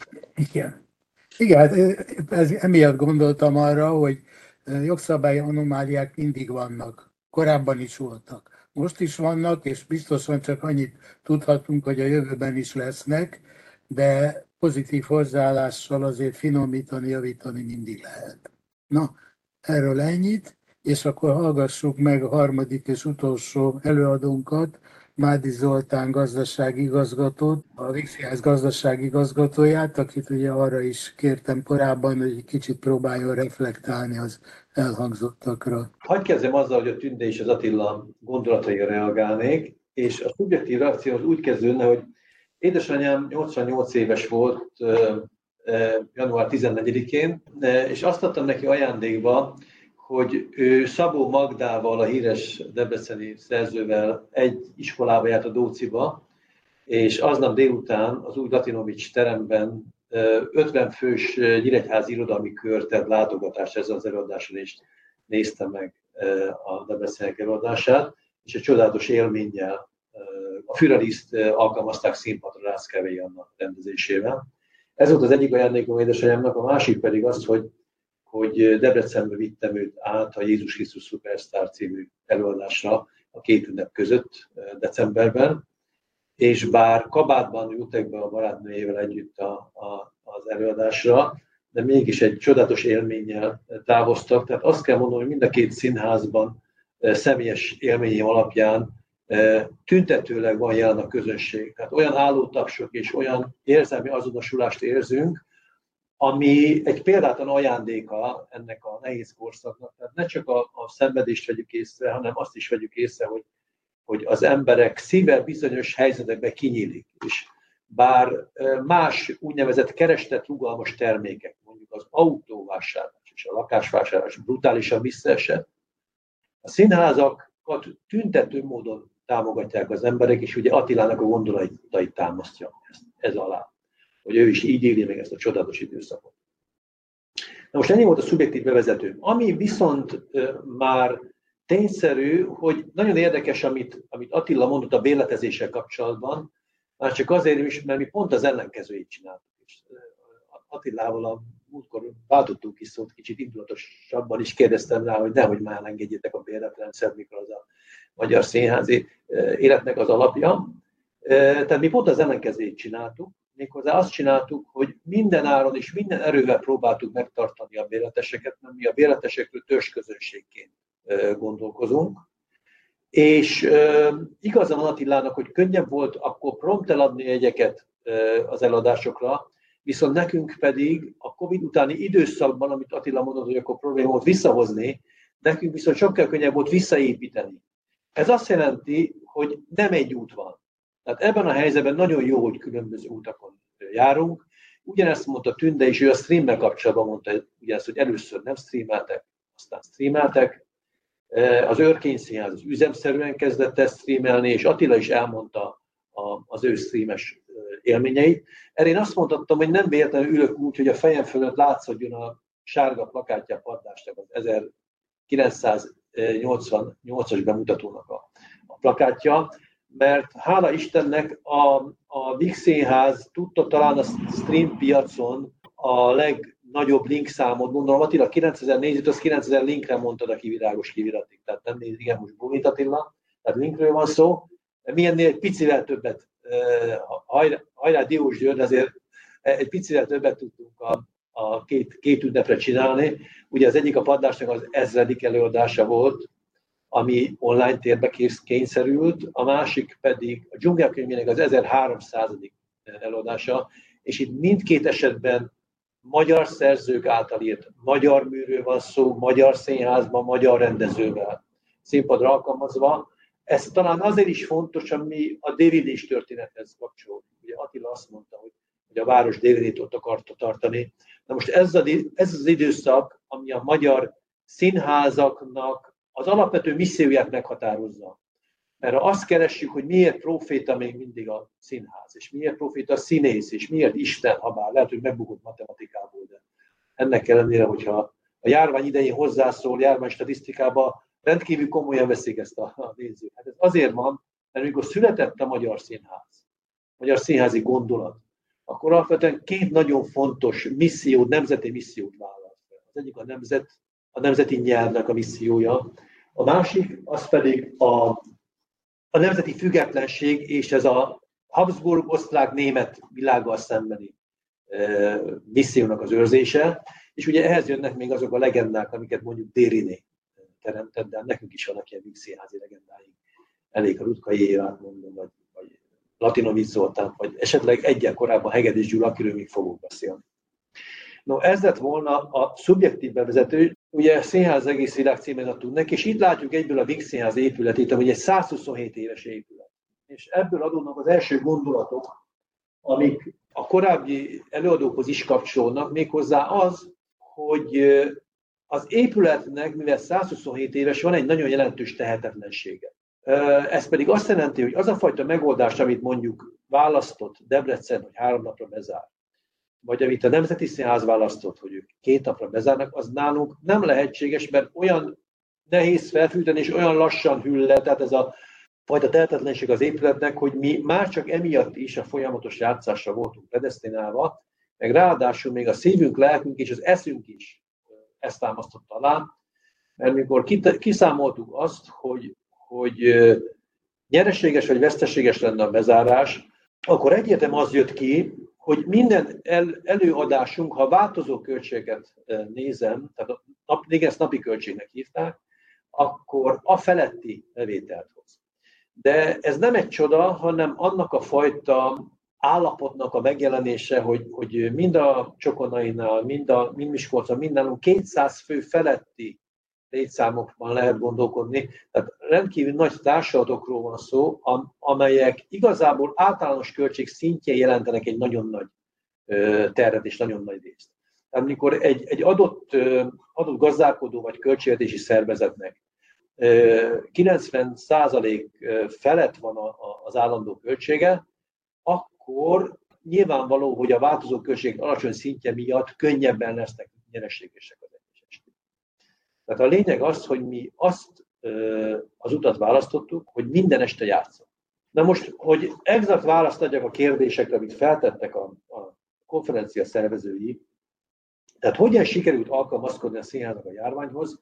Igen, emiatt gondoltam arra, hogy jogszabályi anomáliák mindig vannak. Korábban is voltak. Most is vannak, és biztosan csak annyit tudhatunk, hogy a jövőben is lesznek, de pozitív hozzáállással azért finomítani, javítani mindig lehet. Na, erről ennyit, és akkor hallgassuk meg a harmadik és utolsó előadónkat, Mádi Zoltán gazdasági igazgatót, a Vígszínház gazdasági igazgatóját, akit ugye arra is kértem korábban, hogy egy kicsit próbáljon reflektálni az elhangzottakra. Hadd kezdjem azzal, hogy a Tünde és az Attila gondolataira reagálnék, és a szubjektív reakció az úgy kezdődne, hogy édesanyám 88 éves volt január 14-én, és azt adtam neki ajándékba, hogy ő Szabó Magdával, a híres debreceni szerzővel egy iskolába járt, a Dóciba, és aznap délután az új Latinovics teremben 50 fős nyíregyházi irodalmi kör tett látogatást ezzel az előadáson, és nézte meg a Debreceniek előadását. és egy csodálatos élménnyel. A Führeriszt alkalmazták színpadra Ráczkevei Anna rendezésével. Ez volt az egyik ajándékom édesanyámnak, a másik pedig az, hogy Debrecenbe vittem őt át a Jézus Krisztus Szupersztár című előadásra a 2 ünnep között decemberben, és bár kabátban ültek be a barátnőjével együtt az előadásra, de mégis egy csodálatos élménnyel távoztak. Tehát azt kell mondanom, hogy mind a 2 színházban személyes élményem alapján tüntetőleg van jelen a közönség. Tehát olyan állótapsok és olyan érzelmi azonosulást érzünk, ami egy példátlan ajándéka ennek a nehéz korszaknak. Tehát ne csak a szenvedést vegyük észre, hanem azt is vegyük észre, hogy az emberek szíve bizonyos helyzetekben kinyílik. És bár más úgynevezett keresett rugalmas termékek, mondjuk az autóvásárlás és a lakásvásárlás brutálisan visszaesett, a színházakat tüntető módon támogatják az emberek, és ugye Attilának a gondolatait támasztja ez alá, hogy ő is így éli meg ezt a csodálatos időszakot. Na most ennyi volt a szubjektív bevezető. Ami viszont már tényszerű, hogy nagyon érdekes, amit Attila mondott a bérletezéssel kapcsolatban, már csak azért is, mert mi pont az ellenkezőjét csináltuk. Attilával a múltkor váltottunk is szót, kicsit indulatosabban is kérdeztem rá, hogy nehogy már engedjétek a bérletrendszert, mikor az a magyar színházi életnek az alapja. Tehát mi pont az ellenkezőjét csináltuk, méghozzá azt csináltuk, hogy minden áron és minden erővel próbáltuk megtartani a bérleteseket, mert mi a bérletesekről törzsközönségként gondolkozunk. És igaza van Attilának, hogy könnyebb volt akkor prompt eladni jegyeket az eladásokra, viszont nekünk pedig a Covid utáni időszakban, amit Attila mondott, hogy akkor probléma volt visszahozni, nekünk viszont sokkal könnyebb volt visszaépíteni. Ez azt jelenti, hogy nem egy út van. Tehát ebben a helyzetben nagyon jó, hogy különböző utakon járunk. Ugyanezt mondta Tünde, és ő a streammel kapcsolatban mondta, ugyanezt, hogy először nem streameltek, aztán streameltek. Az Örkény Színház az üzemszerűen kezdett ezt streamelni, és Attila is elmondta az ő streames élményeit. Erre én azt mondhattam, hogy nem véletlenül ülök úgy, hogy a fejem fölött látszódjon a sárga plakátja a Padlásnak, az 1988-as bemutatónak a plakátja, mert hála Istennek a Víg Színház tudta talán a stream piacon a legnagyobb linkszámot, gondolom Attila 9000 nézőt, az 9000 linkre mondtad a kivirágos kiviratig, tehát nem nézik, igen, most Bumit Attila, tehát linkről van szó, milyennél egy picivel többet, hajrá Diós György, azért egy picivel többet tudtunk a két ünnepre csinálni. Ugye az egyik a Padlásnak az 1000. előadása volt, ami online térbe kényszerült, a másik pedig a Dzsungelkönyvének az 1300. előadása, és itt mindkét esetben magyar szerzők által írt magyar műről van szó, magyar színházban, magyar rendezővel színpadra alkalmazva. Ez talán azért is fontos, ami a DVD-s történethez kapcsol. Ugye Attila azt mondta, hogy a város DVD-t ott akarta tartani. Na most ez az időszak, ami a magyar színházaknak az alapvető misszióját meghatározza. Mert azt keressük, hogy miért proféta még mindig a színház, és miért proféta a színész, és miért Isten, ha bár lehet, hogy megbukott matematikából, de ennek ellenére, hogyha a járvány idején hozzászól, járvány statisztikába, rendkívül komolyan veszik ezt a nézőt. Hát ez azért van, mert amikor született a magyar színház, magyar színházi gondolat, akkor alapvetően két nagyon fontos missziót, nemzeti missziót vállalt fel. Az egyik a nemzeti nyelvnek a missziója, a másik az pedig a nemzeti függetlenség és ez a Habsburg, osztrák, német világgal szembeni missziónak az őrzése, és ugye ehhez jönnek még azok a legendák, amiket mondjuk Dériné teremtett, de nekünk is vannak ilyen vígszínházi legendáink. Elég a Rutkai Évát mondom, vagy Latinovics Zoltán, vagy esetleg egyen korábban Hegedűs Gyula, akiről még fogok beszélni. No, ez lett volna a szubjektív bevezető. Ugye a Színház egész világ címen adtunk neki, és itt látjuk egyből a Víg Színház épületét, ami egy 127 éves épület. És ebből adódnak az első gondolatok, amik a korábbi előadókhoz is kapcsolnak, méghozzá az, hogy az épületnek, mivel 127 éves, van egy nagyon jelentős tehetetlensége. Ez pedig azt jelenti, hogy az a fajta megoldás, amit mondjuk választott Debrecen, hogy 3 napra bezár, vagy amit a Nemzeti Színház választott, hogy ők 2 napra bezárnak, az nálunk nem lehetséges, mert olyan nehéz felfűteni, és olyan lassan hűl le, tehát ez a fajta tehetetlenség az épületnek, hogy mi már csak emiatt is a folyamatos játszásra voltunk predesztinálva, meg ráadásul még a szívünk, lelkünk és az eszünk is ezt támasztotta alá, mert mikor kiszámoltuk azt, hogy nyereséges vagy veszteséges lenne a bezárás, akkor egyértelműen az jött ki, hogy minden előadásunk, ha változó költségeket nézem, tehát igen, ezt napi költségnek hívták, akkor a feletti bevételt hoz. De ez nem egy csoda, hanem annak a fajta állapotnak a megjelenése, hogy mind a Csokonainál, mind Miskolcon, mindannálunk 200 fő feletti létszámokban lehet gondolkodni. Tehát rendkívül nagy társalatokról van szó, amelyek igazából általános költség szintjén jelentenek egy nagyon nagy terhet és nagyon nagy részt. Tehát amikor egy adott gazdálkodó vagy költségvetési szervezetnek 90% felett van az állandó költsége, akkor nyilvánvaló, hogy a változó költség alacsony szintje miatt könnyebben lesznek nyereségesek az egyes esték. Tehát a lényeg az, hogy mi azt az utat választottuk, hogy minden este játszunk. Na most, hogy exakt választ adjak a kérdésekre, amit feltettek a konferencia szervezői, tehát hogyan sikerült alkalmazkodni a színháznak a járványhoz,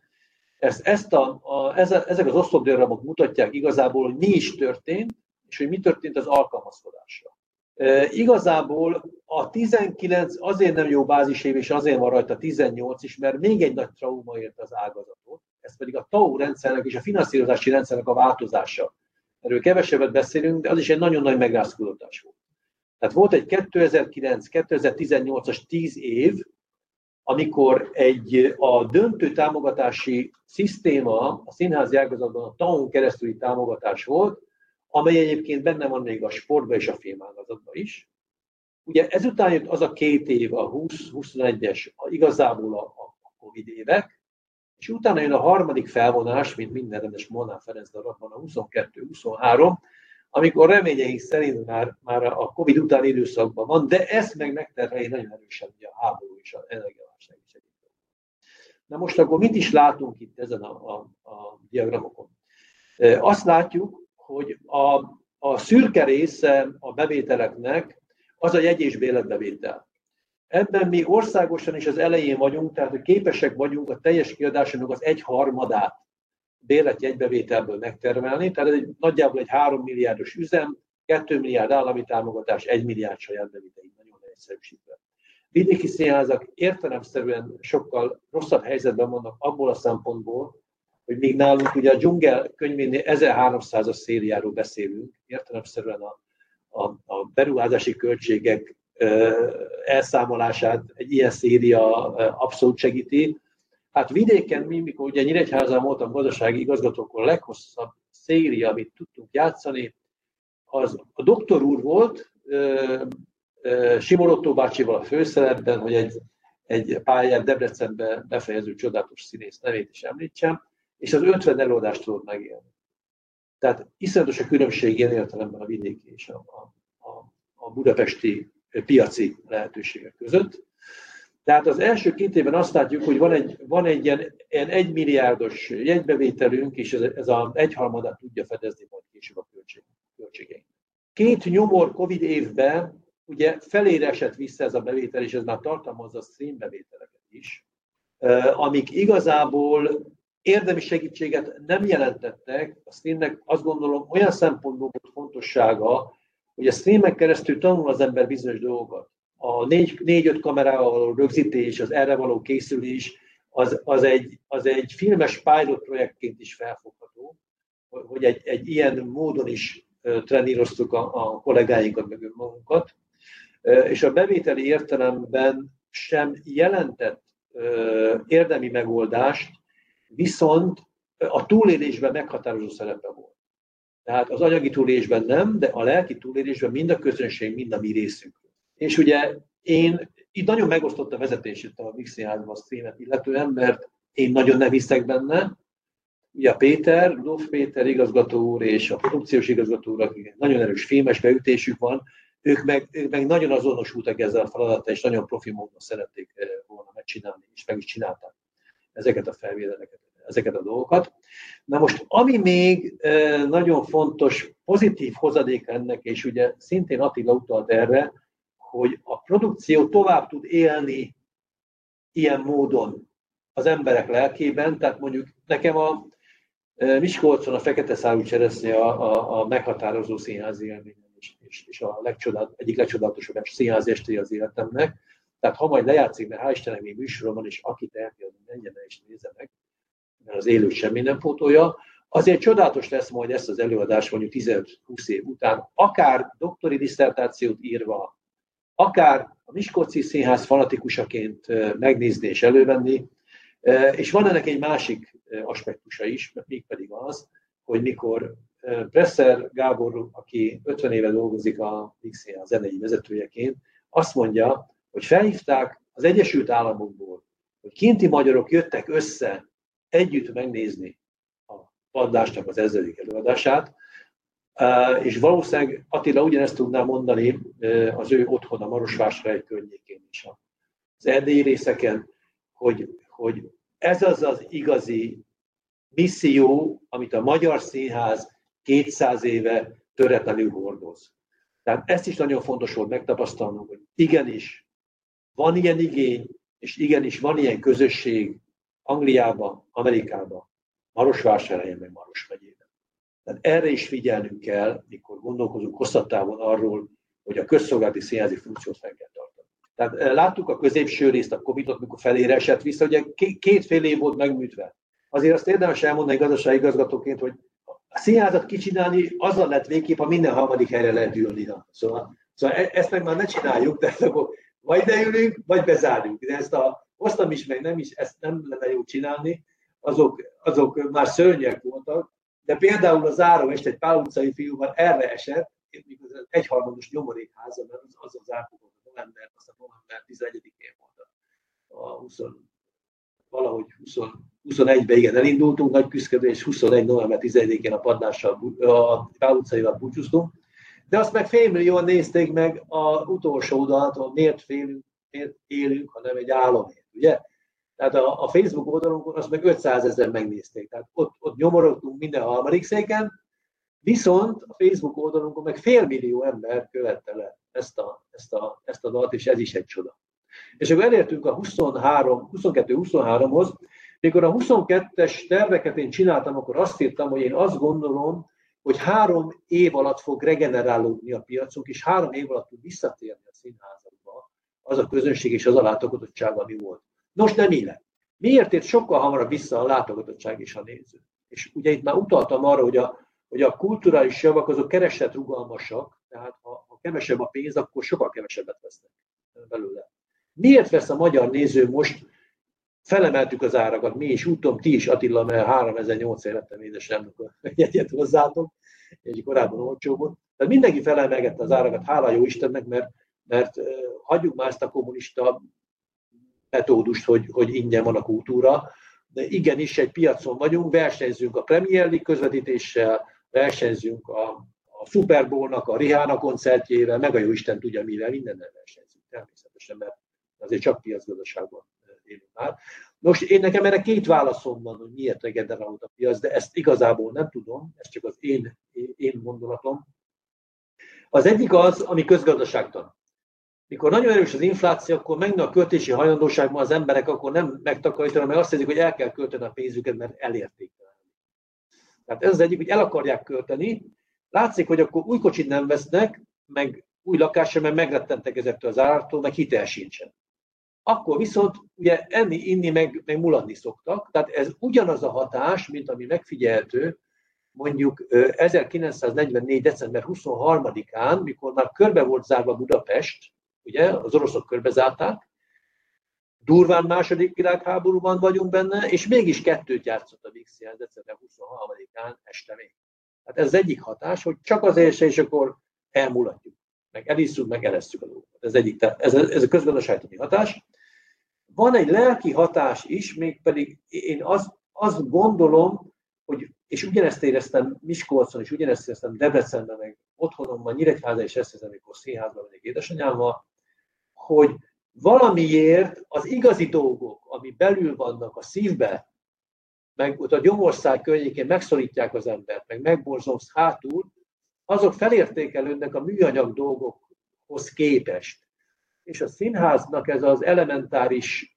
ezek az oszlopdiagramok mutatják igazából, hogy mi is történt, és hogy mi történt az alkalmazkodásra. Igazából a 19 azért nem jó bázisév, és azért van rajta 18 is, mert még egy nagy trauma ért az ágazatot, ez pedig a TAO rendszernek és a finanszírozási rendszernek a változása. Erről kevesebbet beszélünk, de az is egy nagyon nagy megrázkódás volt. Tehát volt egy 2009-2018-as 10 év, amikor a döntő támogatási szisztéma a színházi ágazatban a TAO-n keresztüli támogatás volt, amely egyébként benne van még a sportban és a filmágazatban is. Ugye ezután jött az a 2 év, a 20-21-es, igazából a Covid évek, és utána jön a harmadik felvonás, mint minden rendes Molnár Ferenc darabban, a 22-23, amikor reményeink szerint már a Covid utáni időszakban van, de ezt meg megterheli nagyon erősen ugye a háború és az energiaválság is egyébként. Na most akkor mit is látunk itt ezen a diagramokon? Azt látjuk, hogy a szürke része a bevételeknek az a jegy- és bérletbevétel. Ebben mi országosan is az elején vagyunk, tehát hogy képesek vagyunk a teljes kiadásunknak az 1/3 bérlet-jegybevételből megtermelni, tehát ez nagyjából egy 3 milliárdos üzem, 2 milliárd állami támogatás, 1 milliárd saját bevétel, nagyon egyszerűsítve. Vidéki színházak értelemszerűen sokkal rosszabb helyzetben vannak abból a szempontból, hogy még nálunk ugye a Dzsungel könyvénél 1300-as szériáról beszélünk, értelemszerűen a beruházási költségek elszámolását egy ilyen széria abszolút segíti. Hát vidéken mi, mikor ugye Nyíregyházán voltam gazdasági igazgatókor, a leghosszabb széria, amit tudtunk játszani, az a doktor úr volt, Simon Ottó bácsival a főszerepben, hogy egy pályát Debrecenbe befejező csodálatos színész nevét is említsem, és az 50 előadást tudott megélni. Tehát iszonyatos a különbség ilyen értelemben a vidéki és a budapesti piaci lehetőségek között. Tehát az első 2 évben azt látjuk, hogy van egy ilyen 1 milliárdos jegybevételünk, és ez a 1/3 tudja fedezni majd később a költségeink. 2 nyomor Covid évben ugye felére esett vissza ez a bevétel, és ez már tartalmazza a stream bevételeket is, amik igazából érdemi segítséget nem jelentettek. A streamnek azt gondolom olyan szempontból volt fontossága, hogy a streamen keresztül tanul az ember bizonyos dolgokat. A 4-5 kamerával való rögzítés, az erre való készülés, az egy filmes pilot projektként is felfogható, hogy egy ilyen módon is treníroztuk a kollégáinkat, meg magunkat. És a bevételi értelemben sem jelentett érdemi megoldást, viszont a túlélésben meghatározó szerepe volt. Tehát az anyagi túlélésben nem, de a lelki túlélésben mind a közönség, mind a mi részünkről. És ugye én itt nagyon megosztott a vezetését a Víg Színházban a streamet illetően, mert én nagyon nem hiszek benne. Ugye a Rudolf Péter igazgató úr és a produkciós igazgató úr, akik nagyon erős filmes beütésük van, ők meg nagyon azonosultak ezzel a feladattal, és nagyon profi módon szerették volna megcsinálni, és meg is csinálták ezeket a felvételeket ezeket a dolgokat. Na most, ami még nagyon fontos, pozitív hozadék ennek, és ugye szintén Attila utalt erre, hogy a produkció tovább tud élni ilyen módon az emberek lelkében, tehát mondjuk nekem a Miskolcon a Fekete Szárú Cseresznye a meghatározó színházi élményem, és egyik legcsodálatosabb színházi estéje az életemnek. Tehát ha majd lejátszik, mert hál' Istennek még műsorom van, és aki teheti, az menjen el és nézze meg, mert az élőt semmi nem pótolja, azért csodálatos lesz majd ezt az előadást mondjuk 10-20 év után, akár doktori diszertációt írva, akár a Miskolci Színház fanatikusaként megnézni és elővenni. És van ennek egy másik aspektusa is, mégpedig az, hogy mikor Presser Gábor, aki 50 éve dolgozik a Víg Színház zenei vezetőjeként, azt mondja, hogy felhívták az Egyesült Államokból, hogy kinti magyarok jöttek össze együtt megnézni a Padlásnak az 1000. előadását, és valószínűleg Attila ugyanezt tudná mondani az ő otthona Marosvásárhely környékén is, az erdélyi részeken, hogy ez az igazi misszió, amit a magyar színház 200 éve töretlenül hordoz. Tehát ezt is nagyon fontos volt megtapasztalnunk, hogy igenis van ilyen igény, és igenis van ilyen közösség Angliában, Amerikában, Marosvásárhelyen, meg Maros megyében. Tehát erre is figyelnünk kell, mikor gondolkozunk hosszabb távon arról, hogy a közszolgálati színházi funkciót meg kell tartani. Tehát láttuk a középső részt, a Covid-ot, mikor felére esett vissza, ugye 2,5 év volt megműtve. Azért azt érdemes elmondani gazdasági igazgatóként, hogy a színházat kicsinálni azzal lett végképp, ha minden harmadik helyre lehet ülni. Szóval ezt meg már ne csináljuk, de akkor vagy ideülünk, vagy bezárjuk. De ezt hoztam is, meg nem is, ezt nem lenne jó csinálni, azok már szörnyek voltak, de például a záró este egy Pál utcai fiúval erre esett, mikor az egyharmados nyomorékháza, mert az zártuk a november, aztán november 11-én volt valahogy 21-ben igen, elindultunk, nagy küszködés, 21. november 11-én a Padlással, a Pál utcaival búcsúztunk, de azt meg félmillióan nézték meg az utolsó oldalt, hogy miért élünk, hanem egy álomért, ugye? Tehát a Facebook oldalunkon azt meg 500 000 megnézték, tehát ott nyomorogtunk minden harmadik széken, viszont a Facebook oldalunkon meg 500 000 ember követte le ezt a dalt, és ez is egy csoda. És akkor elértünk a 22-23-hoz, mikor a 22-es terveket én csináltam, akkor azt írtam, hogy én azt gondolom, hogy 3 év alatt fog regenerálódni a piacunk, és 3 év alatt tud visszatérni a színházakba az a közönség és az a látogatottság, ami volt. Nos, nem így lett. Miért ért sokkal hamarabb vissza a látogatottság és a néző? És ugye itt már utaltam arra, hogy a kulturális javak azok kereslet rugalmasak, tehát ha kevesebb a pénz, akkor sokkal kevesebbet vesznek belőle. Miért vesz a magyar néző most? Felemeltük az árakat, mi is, úgy tudom, ti is, Attila, mert 3800 lettem édesem, egyet hozzátok, egy korábban olcsó volt. Tehát mindenki felemelgette az árakat, hála jó Istennek, mert hagyjuk már ezt a kommunista metódust, hogy ingyen van a kultúra, de igenis egy piacon vagyunk, versenyzünk a Premier League közvetítéssel, versenyzünk a Super Bowl-nak, a Rihanna koncertjével, meg a jó Isten tudja mivel, mindennel versenyzünk természetesen, mert azért csak piacgazdaságban élünk már. Nos, én nekem erre 2 válaszom van, hogy miért regenerálódott a piac, de ezt igazából nem tudom, ez csak az én gondolatom. Az egyik az, ami közgazdaságtan. Mikor nagyon erős az infláció, akkor megnő a költési hajlandóságban az emberek, akkor nem megtakarítanak, mert azt hiszik, hogy el kell költeni a pénzüket, mert elértéktelen. Tehát ez az egyik, hogy el akarják költeni. Látszik, hogy akkor új kocsit nem vesznek, meg új lakásra, mert megrettentek ezektől az ártól, meg hitel sincsen. Akkor viszont ugye enni, inni, meg mulatni szoktak. Tehát ez ugyanaz a hatás, mint ami megfigyelhető, mondjuk 1944. december 23-án, mikor már körbe volt zárva Budapest, ugye, az oroszok körbezárták, durván második világháborúban vagyunk benne, és mégis 2 játszott a Víg Színház december 23-án este még. Hát ez az egyik hatás, hogy csak azért se, és akkor elmulatjuk, meg elisszuk, meg elesszük a dolgokat. Ez a közgazdasági hatás. Van egy lelki hatás is, mégpedig én azt gondolom, hogy, és ugyanezt éreztem Miskolcon, és ugyanezt éreztem Debrecenben, meg otthonomban, Nyíregyházan, és ezt hiszem, amikor színházban vagyok édesanyámmal, hogy valamiért az igazi dolgok, ami belül vannak a szívbe, meg ott a gyomország környékén megszorítják az embert, meg megborzolsz hátul, azok felértékelődnek a műanyag dolgokhoz képest. És a színháznak ez az elementáris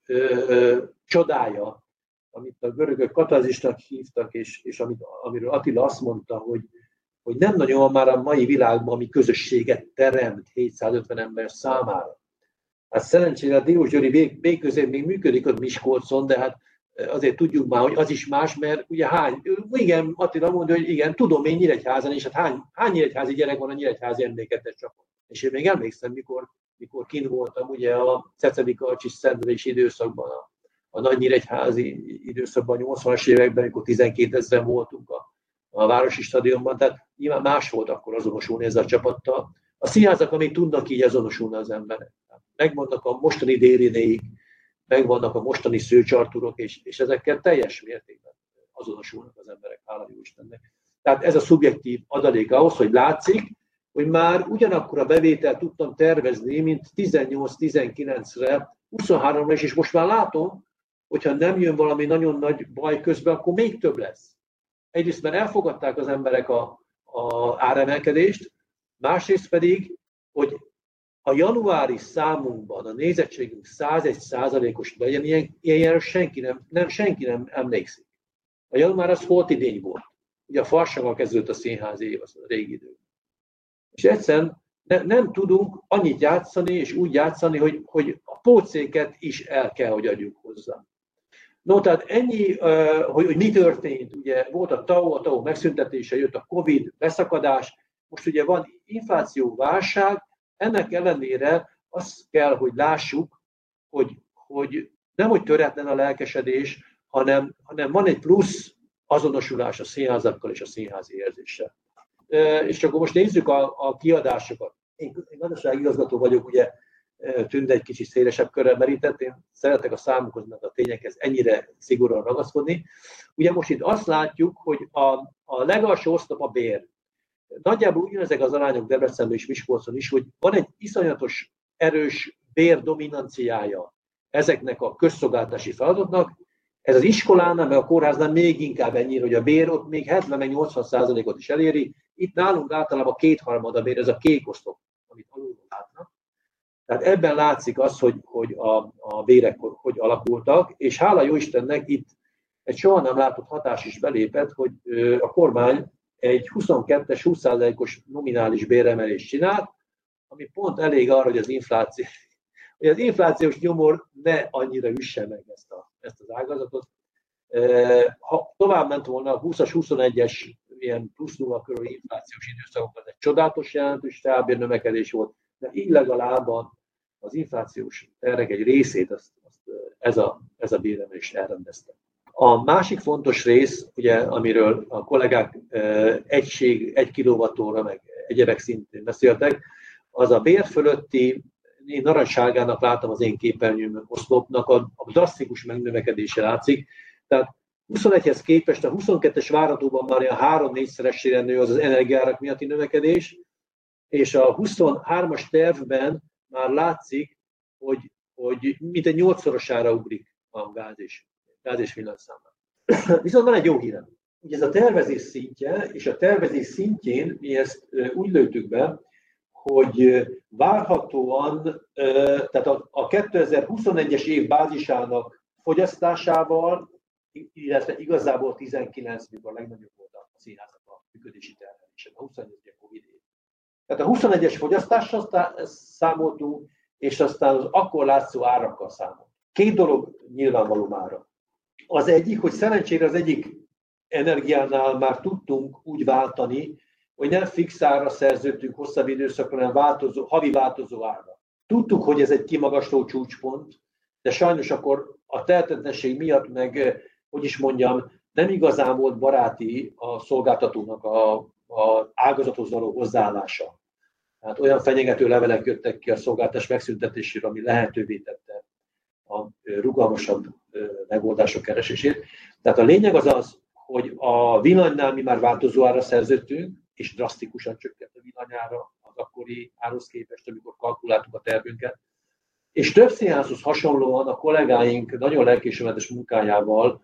csodája, amit a görögök katarzisnak hívtak, és amiről Attila azt mondta, hogy nem nagyon van már a mai világban, ami közösséget teremt 750 ember számára. Hát szerencsére a Diósgyőri békközép még működik ott Miskolcon, de hát azért tudjuk már, hogy az is más, mert ugye igen, Attila mondja, hogy igen, tudom én Nyíregyházan, és hát hány nyíregyházi gyerek van a Nyíregyházi emléketes csapat. És én még emlékszem, mikor kint voltam ugye a Cecebikarcsis szenvedés időszakban, a nagy nyíregyházi időszakban, 80-as években, amikor 12 000 voltunk a Városi Stadionban, tehát nyilván más volt akkor azonosulni ezzel a csapattal. A színházak még tudnak így azonosulni az emberek. Megvannak a mostani Dérinéik, megvannak a mostani Szőcsarturok, és ezekkel teljes mértékben azonosulnak az emberek, hála jó Istennek. Tehát ez a szubjektív adalék ahhoz, hogy látszik, hogy már ugyanakkor a bevételt tudtam tervezni, mint 18-19-re, 23-ra is, és most már látom, hogyha nem jön valami nagyon nagy baj közben, akkor még több lesz. Egyrészt, mert elfogadták az emberek az áremelkedést, másrészt pedig, hogy a januári számunkban a nézettségünk 101%-os legyen, ilyenre senki nem emlékszik. A január az holt idény volt. Ugye a Farsanggal kezdődött a színházi év, az a régi idő. És egyszerűen nem tudunk annyit játszani, és úgy játszani, hogy a pótszéket is el kell, hogy adjuk hozzá. No, tehát ennyi, hogy mi történt. Ugye volt a TAO megszüntetése, jött a Covid, beszakadás, most ugye van infláció, válság, ennek ellenére azt kell, hogy lássuk, hogy nem hogy töretlen a lelkesedés, hanem van egy plusz azonosulás a színházakkal és a színházi érzéssel. És akkor most nézzük a kiadásokat. Én gazdasági igazgató vagyok, ugye Tünde egy kicsit szélesebb körrel merített, én szeretek a számokhoz, meg a tényekhez ennyire szigorúan ragaszkodni. Ugye most itt azt látjuk, hogy a legalsó oszlop a bér. Nagyjából ugyanezek az arányok Debrecenben és Miskolcon is, hogy van egy iszonyatos erős bérdominanciája ezeknek a közszolgáltatási feladatnak. Ez az iskolánál, meg a kórháznál még inkább ennyire, hogy a bér ott még 70-80%-ot is eléri. Itt nálunk általában 2/3 a bér, ez a kék oszlop, amit alulról látnak. Tehát ebben látszik az, hogy a bérek hogy alakultak, és hála jó Istennek itt egy soha nem látott hatás is belépett, hogy a kormány egy 22-es, 20%-os nominális béremelést csinált, ami pont elég arra, hogy az inflációs nyomor ne annyira üsse meg ezt az ágazatot. Ha tovább ment volna a 20-as, 21-es ilyen plusz 0 körüli inflációs időszakokban, egy csodálatos jelentős felbérnövekedés volt, de így legalább az inflációs terhek egy részét ez a béremelés elrendezte. A másik fontos rész, ugye, amiről a kollégák 1 kilowattóra meg egyebek szintén beszéltek, az a bér fölötti, én narancssárgának látom az én képernyőm oszlopnak a drasztikus megnövekedése látszik. Tehát 21-hez képest a 22-es várhatóban már ilyen 3-4-szeresére nő az energiárak miatti növekedés, és a 23-as tervben már látszik, hogy mintegy 8-szorosára ugrik a gáz és villanyszámlák. Viszont van egy jó hírem. Ugye ez a tervezés szintje, és a tervezés szintjén mi ezt úgy lőttük be, hogy várhatóan, tehát a 2021-es év bázisának fogyasztásával, illetve igazából 19, mikor a legnagyobb volt a színházak a működési termelése, a 21 a Covid év. Tehát a 21-es fogyasztással számoltunk, és aztán az akkor látszó árakkal számoltunk. 2 dolog nyilvánvaló mára. Az egyik, hogy szerencsére az egyik energiánál már tudtunk úgy váltani, hogy nem fix árra szerződtünk hosszabb időszakra, hanem havi változó árra. Tudtuk, hogy ez egy kimagasló csúcspont, de sajnos akkor a tehetetlenség miatt meg, hogy is mondjam, nem igazán volt baráti a szolgáltatónak az ágazathoz való hozzáállása. Tehát olyan fenyegető levelek jöttek ki a szolgáltatás megszüntetésére, ami lehetővé tette a rugalmasabb megoldások keresését. Tehát a lényeg az, hogy a villanynál mi már változó ára szerződtünk, és drasztikusan csökkent a villanyára az akkori árhoz képest, amikor kalkuláltuk a tervünket. És több színházhoz hasonlóan a kollégáink nagyon lelkismeretes munkájával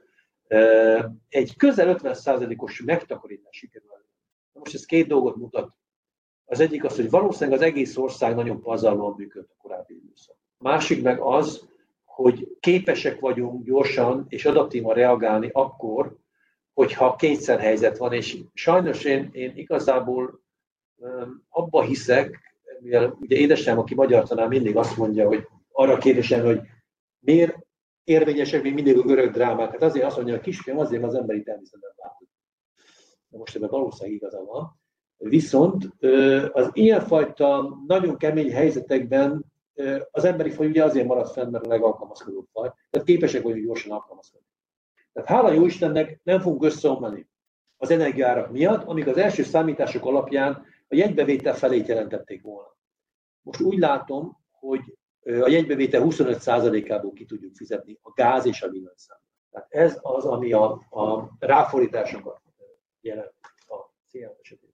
egy közel 50%-os megtakarítás sikerül. Most ez két dolgot mutat. Az egyik az, hogy valószínűleg az egész ország nagyon pazarlóan működött a korábbi időszak. A másik meg az, hogy képesek vagyunk gyorsan és adaptívan reagálni akkor, hogyha kényszerhelyzet van, és sajnos én igazából abba hiszek, mivel ugye édesem, aki magyar tanár, mindig azt mondja, hogy arra kérdésem, hogy miért érvényesek még mindig a görög drámák. Hát azért azt mondja, a kisfiam azért az emberi természetben változik. De most ebben valószínűleg igaza van. Viszont az ilyenfajta nagyon kemény helyzetekben az emberi faj ugye azért marad fenn, mert a legalkalmazkodóbb faj. Tehát képesek vagyunk gyorsan alkalmazkodni. Tehát hála jó Istennek nem fogunk összeomlani az energiaárak miatt, amíg az első számítások alapján a jegybevétel felét jelentették volna. Most úgy látom, hogy a jegybevétel 25%-ából ki tudjuk fizetni a gáz és a villanyszámlát. Tehát ez az, ami a ráfordításokat jelent a CL esetében.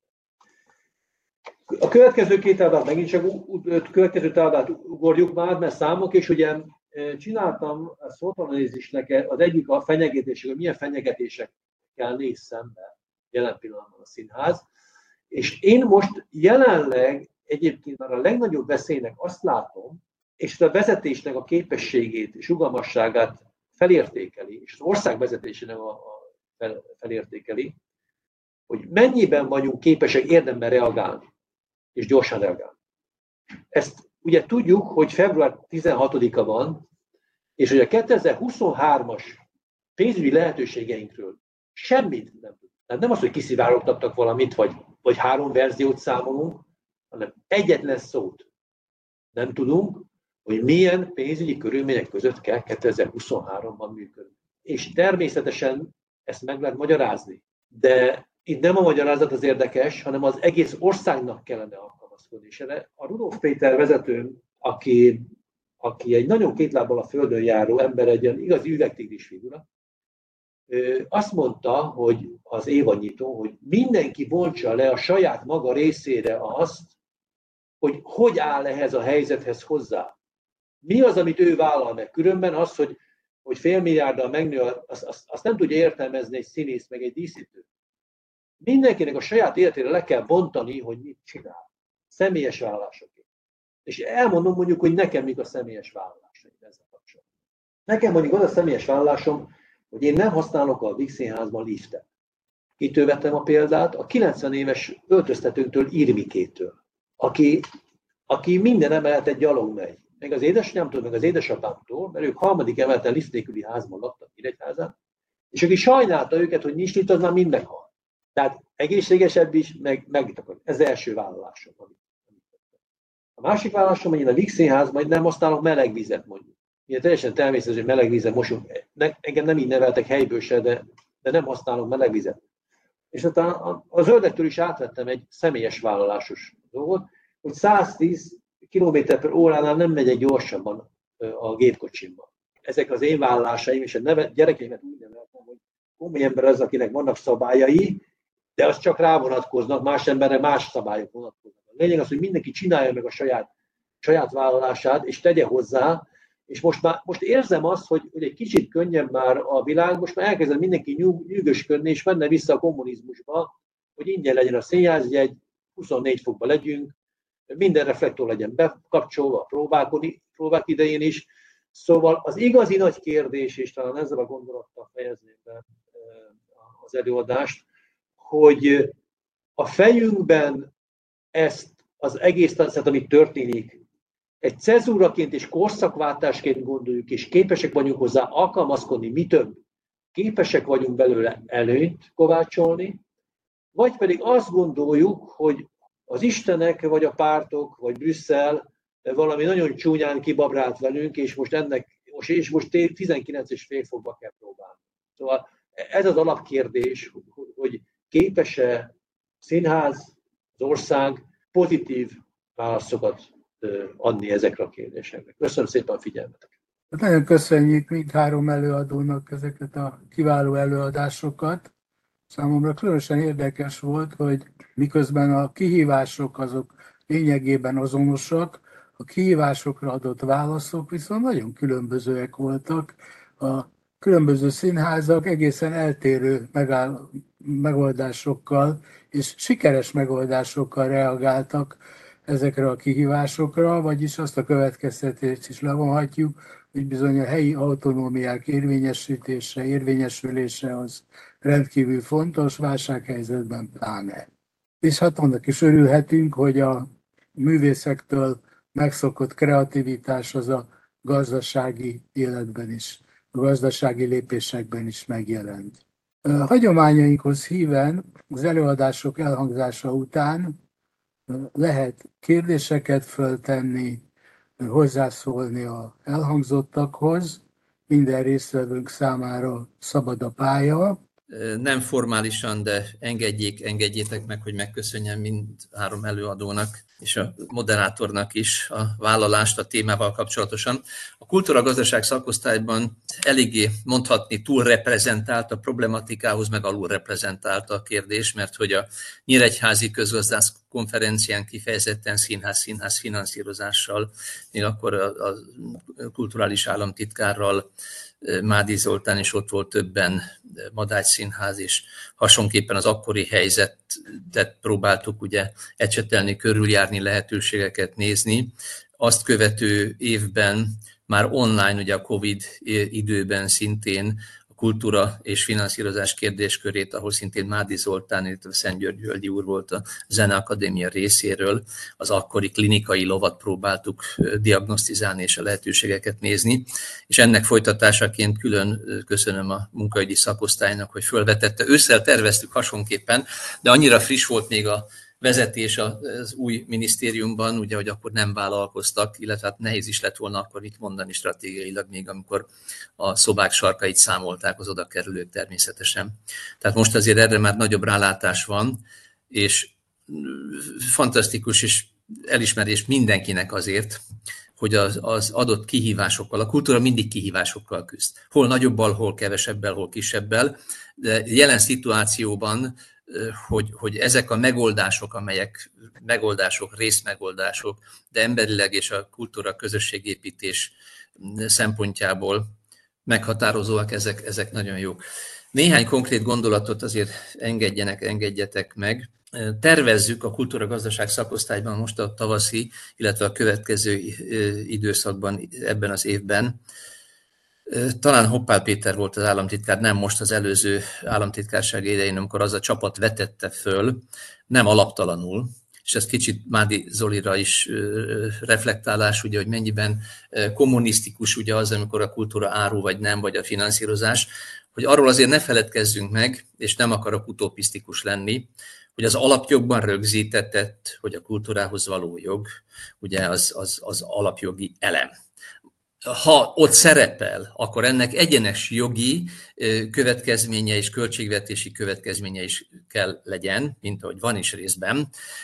A következő két adat, megint csak következő adat ugorjuk már, mert számok, és ugye csináltam a szótanalízisnek az egyik a fenyegetések, hogy milyen fenyegetésekkel néz szembe jelen pillanatban a színház. És én most jelenleg egyébként már a legnagyobb veszélynek azt látom, és a vezetésnek a képességét és rugalmasságát felértékeli, és az ország vezetésének felértékeli, hogy mennyiben vagyunk képesek érdemben reagálni, és gyorsan reagálni. Ezt ugye tudjuk, hogy február 16-a van, és hogy a 2023-as pénzügyi lehetőségeinkről semmit nem tudunk. Tehát nem az, hogy kiszivárogtattak valamit, vagy 3 verziót számolunk, hanem egyetlen szót nem tudunk, hogy milyen pénzügyi körülmények között kell 2023-ban működni. És természetesen ezt meg lehet magyarázni. De itt nem a magyarázat az érdekes, hanem az egész országnak kellene alkalmazkodni. És erre a Rudolf Péter vezetőm, aki egy nagyon két lábbal a földön járó ember, egy ilyen igazi üvegtigris figura, azt mondta, hogy az évadnyitó, hogy mindenki bontsa le a saját maga részére azt, hogy áll ehhez a helyzethez hozzá. Mi az, amit ő vállal meg? Különben az, hogy fél milliárddal megnő, azt nem tudja értelmezni egy színész, meg egy díszítő. Mindenkinek a saját életére le kell bontani, hogy mit csinál. Személyes vállalásokért. És elmondom mondjuk, hogy nekem mik a személyes vállalásaim ezzel kapcsolatban. Nekem mondjuk az a személyes vállalásom, hogy én nem használok a Víg Színházban liftet. Itt vettem a példát a 90 éves öltöztetőnktől, Irmikétől, aki minden emeletet gyalog megy. Meg az édesanyámtól, meg az édesapámtól, mert ők 3. emeleten lift nélküli házban laktak Nyíregyházán, és aki sajnálta őket, hogy nincs lift, az már mind meghal. Tehát egészségesebb is, meg ez az első vállalásom. A másik vállalásom, hogy én a Víg Színházban nem használok meleg vizet, mondjuk. Ilyen teljesen természetes, hogy meleg vízen mosunk. Engem nem így neveltek helyből se, de nem használok meleg vizet. És aztán a zöldektől is átvettem egy személyes vállalásos dolgot, hogy 110 km/h nem megyek gyorsabban a gépkocsimban. Ezek az én vállalásaim, és a gyerekeimet úgy neveltem, hogy komoly ember az, akinek vannak szabályai, de az csak rá vonatkoznak, más emberre más szabályok vonatkoznak. A lényeg az, hogy mindenki csinálja meg a saját vállalását, és tegye hozzá, és most érzem azt, hogy egy kicsit könnyebb már a világ, most már elkezdett mindenki nyűgösködni, és menne vissza a kommunizmusba, hogy ingyen legyen a színházjegy, 24 fokba legyünk, minden reflektor legyen bekapcsolva a próbák idején is. Szóval az igazi nagy kérdés, és talán ezzel a gondolattal fejezném be az előadást, hogy a fejünkben ezt az egész tehát amit történik, egy cezúraként és korszakváltásként gondoljuk, és képesek vagyunk hozzá alkalmazkodni, mi több, képesek vagyunk belőle előnyt kovácsolni, vagy pedig azt gondoljuk, hogy az istenek, vagy a pártok, vagy Brüsszel valami nagyon csúnyán kibabrált velünk, és most 19,5 fokba kell próbálni. Szóval ez az alapkérdés, hogy képes-e a színház, az ország pozitív válaszokat adni ezekre a kérdésekre. Köszönöm szépen a figyelmeteket. Nagyon köszönjük mindhárom előadónak ezeket a kiváló előadásokat. Számomra különösen érdekes volt, hogy miközben a kihívások azok lényegében azonosak, a kihívásokra adott válaszok viszont nagyon különbözőek voltak. A különböző színházak egészen eltérő megoldásokkal és sikeres megoldásokkal reagáltak ezekre a kihívásokra, vagyis azt a következtetést is levonhatjuk, hogy bizony a helyi autonómiák érvényesülése az rendkívül fontos, válsághelyzetben pláne. És hát annak is örülhetünk, hogy a művészektől megszokott kreativitás az a gazdasági életben is, a gazdasági lépésekben is megjelent. A hagyományainkhoz híven az előadások elhangzása után lehet kérdéseket föltenni, hozzászólni az elhangzottakhoz, minden résztvevőnk számára szabad a pálya. Nem formálisan, de engedjétek meg, hogy megköszönjem mindhárom előadónak és a moderátornak is a vállalást a témával kapcsolatosan. A kultúra-gazdaság szakosztályban eléggé mondhatni túlreprezentált a problematikához, meg alulreprezentált a kérdés, mert hogy a Nyíregyházi Közgazdász Konferencián kifejezetten színház finanszírozással, még akkor a kulturális államtitkárral, Mádi Zoltán is ott volt, többen, Madács Színház, és hasonlóképpen az akkori helyzetet próbáltuk ugye ecsetelni, körüljárni, lehetőségeket nézni. Azt követő évben már online, ugye a Covid időben szintén a kultúra és finanszírozás kérdéskörét, ahol szintén Mádi Zoltán, illetve Szent György Völgyi úr volt a Zeneakadémia részéről, az akkori klinikai lovat próbáltuk diagnosztizálni és a lehetőségeket nézni, és ennek folytatásaként külön köszönöm a munkaügyi szakosztálynak, hogy fölvetette. Ősszel terveztük hasonlóképpen, de annyira friss volt még a vezetés az új minisztériumban, ugye, hogy akkor nem vállalkoztak, illetve hát nehéz is lett volna akkor itt mondani stratégiailag, még amikor a szobák sarkait számolták az oda kerülők természetesen. Tehát most azért erre már nagyobb rálátás van, és fantasztikus és elismerés mindenkinek azért, hogy az adott kihívásokkal, a kultúra mindig kihívásokkal küzd. Hol nagyobbal, hol kevesebbel, hol kisebbel, de jelen szituációban hogy ezek a megoldások, amelyek részmegoldások, de emberileg és a kultúra közösségépítés szempontjából meghatározóak, ezek nagyon jók. Néhány konkrét gondolatot azért engedjetek meg. Tervezzük a kultúra-gazdaság szakosztályban most a tavaszi, illetve a következő időszakban, ebben az évben. Talán Hoppál Péter volt az államtitkár, nem most, az előző államtitkárság idején, amikor az a csapat vetette föl, nem alaptalanul, és ez kicsit Mádi Zolira is reflektálás, ugye, hogy mennyiben kommunisztikus ugye az, amikor a kultúra áru vagy nem, vagy a finanszírozás, hogy arról azért ne feledkezzünk meg, és nem akarok utopisztikus lenni, hogy az alapjogban rögzítetett, hogy a kultúrához való jog, ugye az alapjogi elem. Ha ott szerepel, akkor ennek egyenes jogi következménye és költségvetési következménye is kell legyen, mint ahogy van is részben,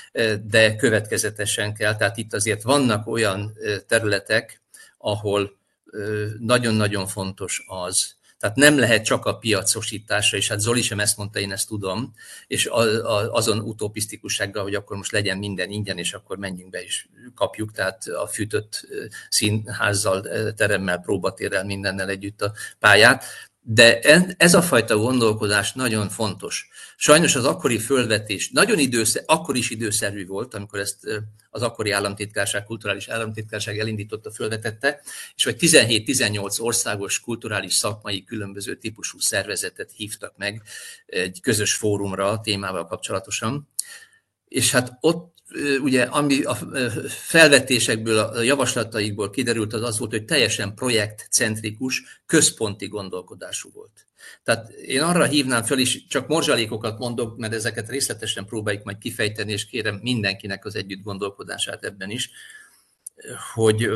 de következetesen kell. Tehát itt azért vannak olyan területek, ahol nagyon-nagyon fontos az. Tehát nem lehet csak a piacosításra, és hát Zoli sem ezt mondta, én ezt tudom, és azon utopisztikussággal, hogy akkor most legyen minden ingyen, és akkor menjünk be és kapjuk, tehát a fűtött színházzal, teremmel, próbatérrel, mindennel együtt a pályát. De ez a fajta gondolkodás nagyon fontos. Sajnos az akkori fölvetés akkor is időszerű volt, amikor ezt az akkori államtitkárság, kulturális államtitkárság elindította, fölvetette, és hogy 17-18 országos kulturális szakmai különböző típusú szervezetet hívtak meg egy közös fórumra a témával kapcsolatosan. És hát ott ugye, ami a felvetésekből, a javaslataikból kiderült, az volt, hogy teljesen projektcentrikus, központi gondolkodású volt. Tehát én arra hívnám föl, és csak morzsalékokat mondok, mert ezeket részletesen próbáljuk majd kifejteni, és kérem mindenkinek az együtt gondolkodását ebben is, hogy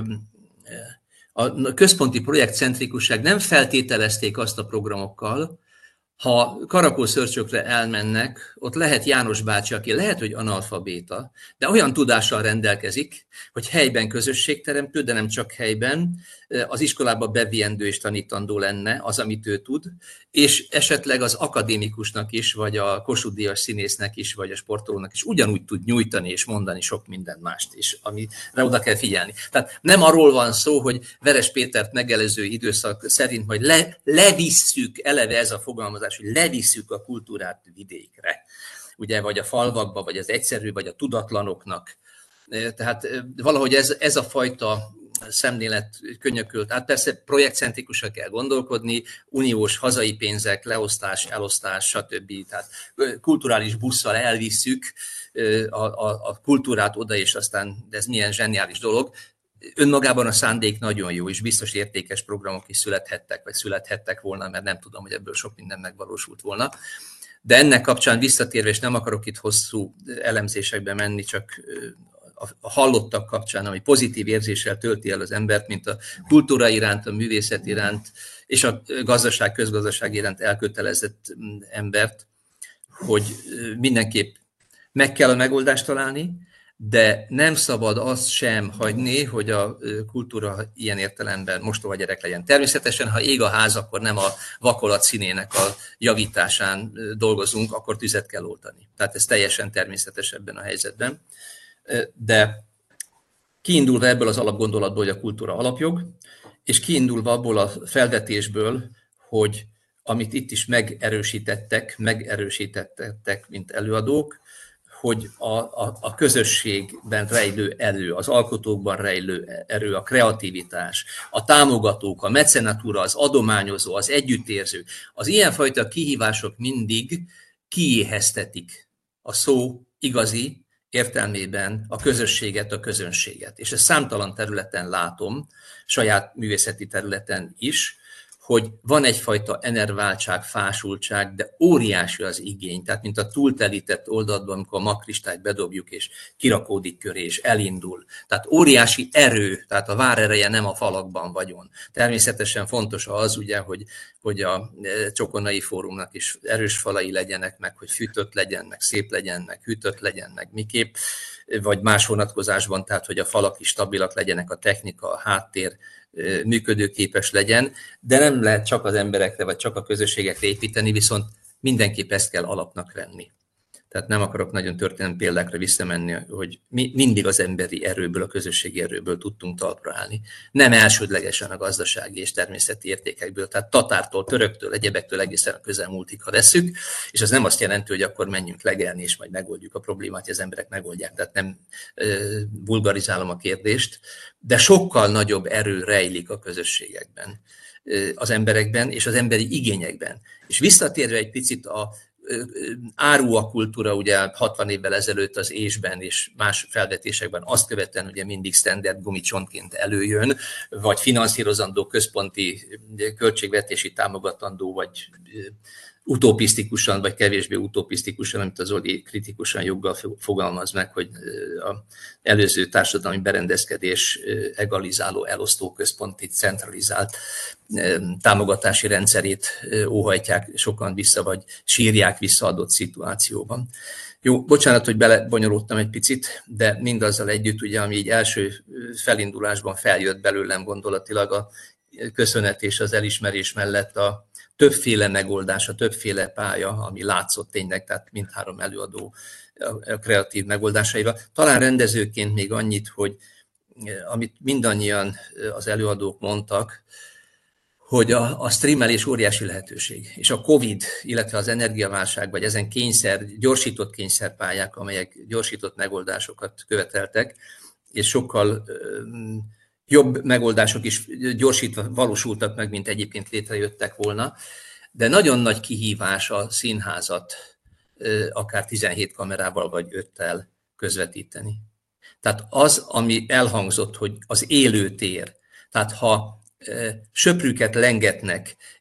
a központi projektcentrikusság nem feltételezték azt a programokkal, Ha Karakó-Szörcsökre elmennek, ott lehet János bácsi, aki lehet, hogy analfabéta, de olyan tudással rendelkezik, hogy helyben közösségteremtő, de nem csak helyben, az iskolába beviendő és tanítandó lenne az, amit ő tud, és esetleg az akadémikusnak is, vagy a Kossuth-díjas színésznek is, vagy a sportolónak is ugyanúgy tud nyújtani és mondani sok minden mást is, amire oda kell figyelni. Tehát nem arról van szó, hogy Veres Pétert megelőző időszak szerint majd levisszük, eleve ez a fogalmazás, hogy levisszük a kultúrát vidékre, ugye, vagy a falvakba, vagy az egyszerű, vagy a tudatlanoknak. Tehát valahogy ez a fajta szemlélet könnyökölt át. Persze projektcentrikusan kell gondolkodni, uniós hazai pénzek, leosztás, elosztás, stb. Tehát kulturális busszal elvisszük a kultúrát oda, és aztán ez milyen zseniális dolog. Önmagában a szándék nagyon jó, és biztos értékes programok is születhettek volna, mert nem tudom, hogy ebből sok minden megvalósult volna. De ennek kapcsán visszatérve, és nem akarok itt hosszú elemzésekbe menni, csak a hallottak kapcsán, ami pozitív érzéssel tölti el az embert, mint a kultúra iránt, a művészet iránt, és a gazdaság, közgazdaság iránt elkötelezett embert, hogy mindenképp meg kell a megoldást találni, de nem szabad azt sem hagyni, hogy a kultúra ilyen értelemben mostoha gyerek legyen. Természetesen, ha ég a ház, akkor nem a vakolat színének a javításán dolgozunk, akkor tüzet kell oltani. Tehát ez teljesen természetes ebben a helyzetben. De kiindulva ebből az alapgondolatból, hogy a kultúra alapjog, és kiindulva abból a felvetésből, hogy amit itt is megerősítettek, mint előadók, hogy a közösségben rejlő erő, az alkotókban rejlő erő, a kreativitás, a támogatók, a mecenatúra, az adományozó, az együttérző, az ilyenfajta kihívások mindig kiéheztetik a szó igazi értelmében a közösséget, a közönséget. És ezt számtalan területen látom, saját művészeti területen is, hogy van egyfajta enerváltság, fásultság, de óriási az igény. Tehát, mint a túltelített oldalban, amikor a makristályt bedobjuk, és kirakódik köré, és elindul. Tehát óriási erő, tehát a várereje nem a falakban vagyon. Természetesen fontos az, ugye, hogy a Csokonai Fórumnak is erős falai legyenek, meg hogy fűtött legyen, meg szép legyen, meg hűtött legyen, meg miképp, vagy más vonatkozásban, tehát, hogy a falak is stabilak legyenek, a technika, a háttér működőképes legyen, de nem lehet csak az emberekre, vagy csak a közösségekre építeni, viszont mindenképp ezt kell alapnak venni. Tehát nem akarok nagyon történelmi példákra visszamenni, hogy mi mindig az emberi erőből, a közösségi erőből tudtunk talpra állni. Nem elsődlegesen a gazdasági és természeti értékekből, tehát tatártól, töröktől, egyebektől egészen a közelmúltig, ha vesszük, és az nem azt jelenti, hogy akkor menjünk legelni, és majd megoldjuk a problémát, hogy az emberek megoldják. Tehát nem vulgarizálom a kérdést, de sokkal nagyobb erő rejlik a közösségekben, az emberekben és az emberi igényekben. És visszatérve egy picit áru a kultúra, ugye 60 évvel ezelőtt az ésben és más felvetésekben azt követően ugye mindig standard gumicsontként előjön, vagy finanszírozandó központi költségvetési támogatandó, vagy utopisztikusan, vagy kevésbé utopisztikusan, amit az Zoli kritikusan joggal fogalmaz meg, hogy az előző társadalmi berendezkedés egalizáló, elosztó központi, centralizált támogatási rendszerét óhajtják sokan vissza, vagy sírják vissza adott szituációban. Jó, bocsánat, hogy belebonyolódtam egy picit, de mindazzal együtt, ugye, ami így első felindulásban feljött belőlem gondolatilag a köszönet és az elismerés mellett a többféle megoldás, a többféle pálya, ami látszott tényleg, tehát mindhárom előadó a kreatív megoldásaival. Talán rendezőként még annyit, hogy amit mindannyian az előadók mondtak, hogy a streamelés óriási lehetőség. És a Covid, illetve az energiaválság, vagy ezen gyorsított kényszerpályák, amelyek gyorsított megoldásokat követeltek, és sokkal jobb megoldások is gyorsítva valósultak meg, mint egyébként létrejöttek volna. De nagyon nagy kihívás a színházat akár 17 kamerával vagy 5-tel közvetíteni. Tehát az, ami elhangzott, hogy az élő tér, tehát ha söprűket lengetnek,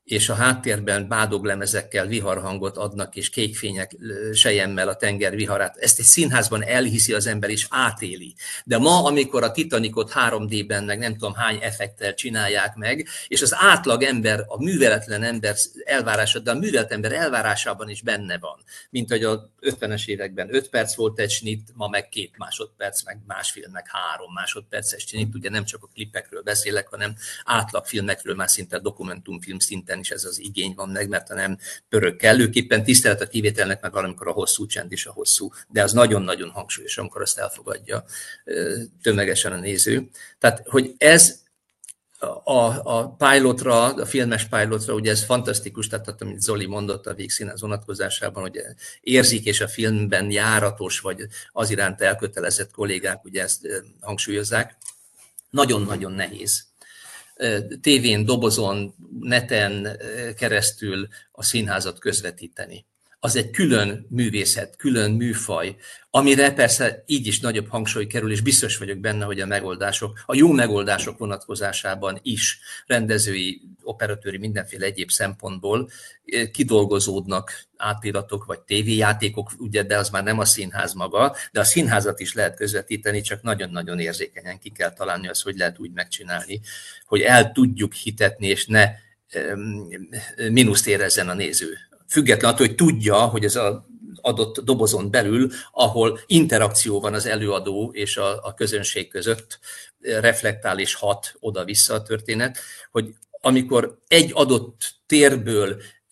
és a háttérben bádoglemezekkel viharhangot adnak, és kékfények selyemmel a tenger viharát. Ezt egy színházban elhiszi az ember, és átéli. De ma, amikor a Titanicot 3D-ben, meg nem tudom hány effekttel csinálják meg, és az átlag ember, a műveletlen ember elvárása, de a művelt ember elvárásában is benne van. Mint hogy a 50-es években 5 perc volt egy snit, ma meg 2 másodperc, meg másfél, meg 3 másodperces snit. Ugye nem csak a klipekről beszélek, hanem átlagfilmekről, már szinte dokumentumfilm szinten is ez az igény van meg, mert ha nem pörög kellőképpen, tisztelet a kivételnek, meg valamikor a hosszú csend is a hosszú, de az nagyon-nagyon hangsúlyos, amikor azt elfogadja tömegesen a néző. Tehát, hogy ez a pilotra, a filmes pilotra, ugye ez fantasztikus, tehát amit Zoli mondott a Vígszínház vonatkozásában, hogy érzik, és a filmben járatos, vagy az iránt elkötelezett kollégák ugye ezt hangsúlyozzák. Nagyon-nagyon nehéz tévén, dobozon, neten keresztül a színházat közvetíteni. Az egy külön művészet, külön műfaj, amire persze így is nagyobb hangsúly kerül, és biztos vagyok benne, hogy a megoldások, a jó megoldások vonatkozásában is rendezői, operatőri, mindenféle egyéb szempontból kidolgozódnak átiratok, vagy tévéjátékok, ugye, de az már nem a színház maga, de a színházat is lehet közvetíteni, csak nagyon-nagyon érzékenyen ki kell találni azt, hogy lehet úgy megcsinálni, hogy el tudjuk hitetni, és ne mínuszt érezzen a néző. Független attól, hogy tudja, hogy ez az adott dobozon belül, ahol interakció van az előadó és a közönség között, reflektál és hat oda-vissza a történet, hogy amikor egy adott térből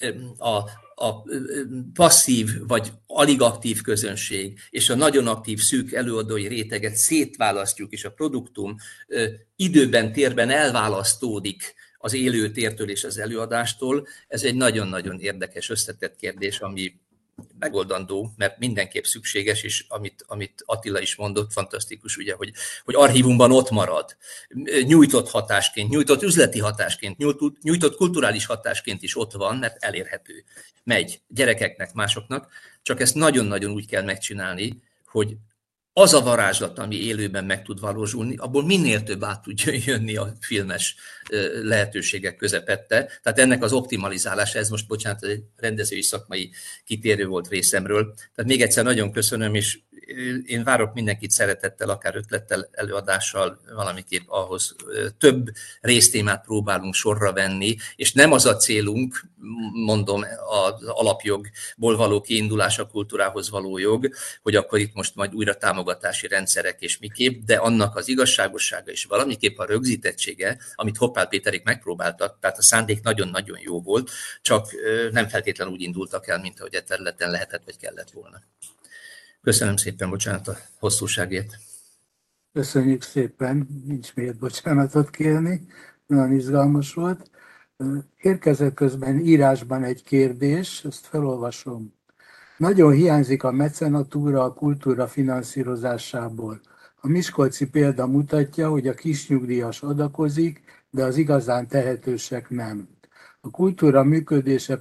a passzív vagy alig aktív közönség és a nagyon aktív szűk előadói réteget szétválasztjuk, és a produktum időben, térben elválasztódik az élő tértől és az előadástól, ez egy nagyon-nagyon érdekes, összetett kérdés, ami megoldandó, mert mindenképp szükséges, és amit Attila is mondott, fantasztikus, ugye, hogy archívumban ott marad. Nyújtott hatásként, nyújtott üzleti hatásként, nyújtott kulturális hatásként is ott van, mert elérhető. Megy gyerekeknek, másoknak, csak ezt nagyon-nagyon úgy kell megcsinálni, hogy az a varázslat, ami élőben meg tud valósulni, abból minél több át tudja jönni a filmes lehetőségek közepette. Tehát ennek az optimalizálása, ez most, bocsánat, egy rendezői szakmai kitérő volt részemről. Tehát még egyszer nagyon köszönöm, és én várok mindenkit szeretettel, akár ötlettel, előadással, valamiképp ahhoz több résztémát próbálunk sorra venni, és nem az a célunk, mondom, az alapjogból való kiindulás, a kultúrához való jog, hogy akkor itt most majd újra támogatási rendszerek és miképp, de annak az igazságossága és valamiképp a rögzítettsége, amit Hoppál Péterék megpróbáltak, tehát a szándék nagyon-nagyon jó volt, csak nem feltétlenül úgy indultak el, mint ahogy a területen lehetett vagy kellett volna. Köszönöm szépen, bocsánat a hosszúságért. Köszönjük szépen, nincs miért bocsánatot kérni, nagyon izgalmas volt. Érkezett közben írásban egy kérdés, ezt felolvasom. Nagyon hiányzik a mecenatúra a kultúra finanszírozásából. A miskolci példa mutatja, hogy a kisnyugdíjas adakozik, de az igazán tehetősek nem. A kultúra működése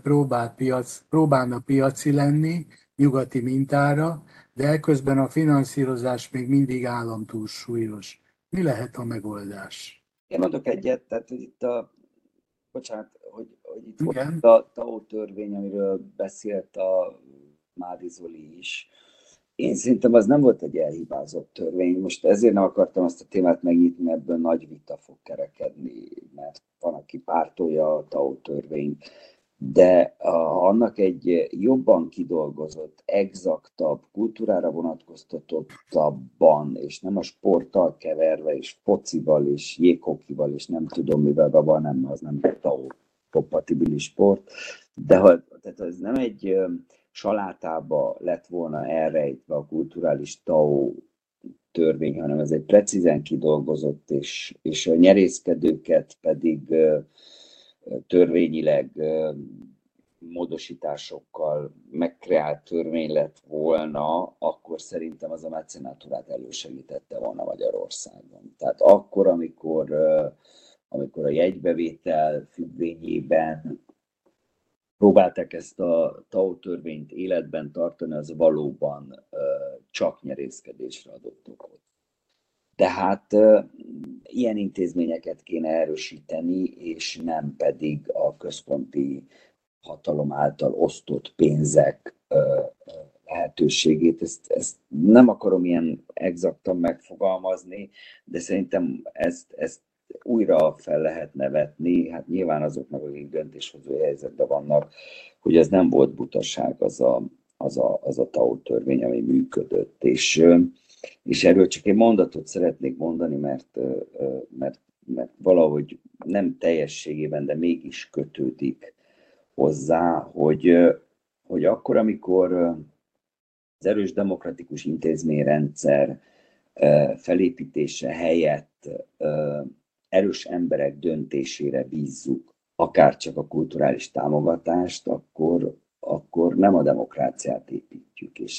próbálna piaci lenni, nyugati mintára, de eközben a finanszírozás még mindig államtúlsúlyos. Mi lehet a megoldás? Én mondok egyet, tehát hogy itt bocsánat, hogy itt volt a TAO törvény, amiről beszélt a Mádi Zoli is. Én szerintem az nem volt egy elhibázott törvény. Most ezért nem akartam azt a témát megnyitni, mert ebből nagy vita fog kerekedni, mert van, aki pártolja a TAO törvényt. De annak egy jobban kidolgozott, exaktabb, kultúrára vonatkoztatottabban, és nem a sporttal keverve, és focival, és jéghokival, és nem tudom mivel van, nem, az nem TAO kompatibilis sport, de tehát ez nem egy salátába lett volna elrejtve a kulturális TAO törvény, hanem ez egy precízen kidolgozott, és a nyerészkedőket pedig törvényileg módosításokkal megkreált törvény lett volna, akkor szerintem az a mecenatúrát elősegítette volna Magyarországon. Tehát akkor, amikor a jegybevétel függvényében próbálták ezt a TAO törvényt életben tartani, az valóban csak nyerészkedésre adott okot. Tehát ilyen intézményeket kéne erősíteni, és nem pedig a központi hatalom által osztott pénzek lehetőségét. Ezt nem akarom ilyen exaktan megfogalmazni, de szerintem ezt újra fel lehetne vetni, hát nyilván azoknak, akik döntéshozó helyzetben vannak, hogy ez nem volt butaság az a TAO törvény, ami működött. És erről csak egy mondatot szeretnék mondani, mert valahogy nem teljességében, de mégis kötődik hozzá, hogy akkor, amikor az erős demokratikus intézményrendszer felépítése helyett erős emberek döntésére bízzuk akár csak a kulturális támogatást, akkor nem a demokráciát építjük, és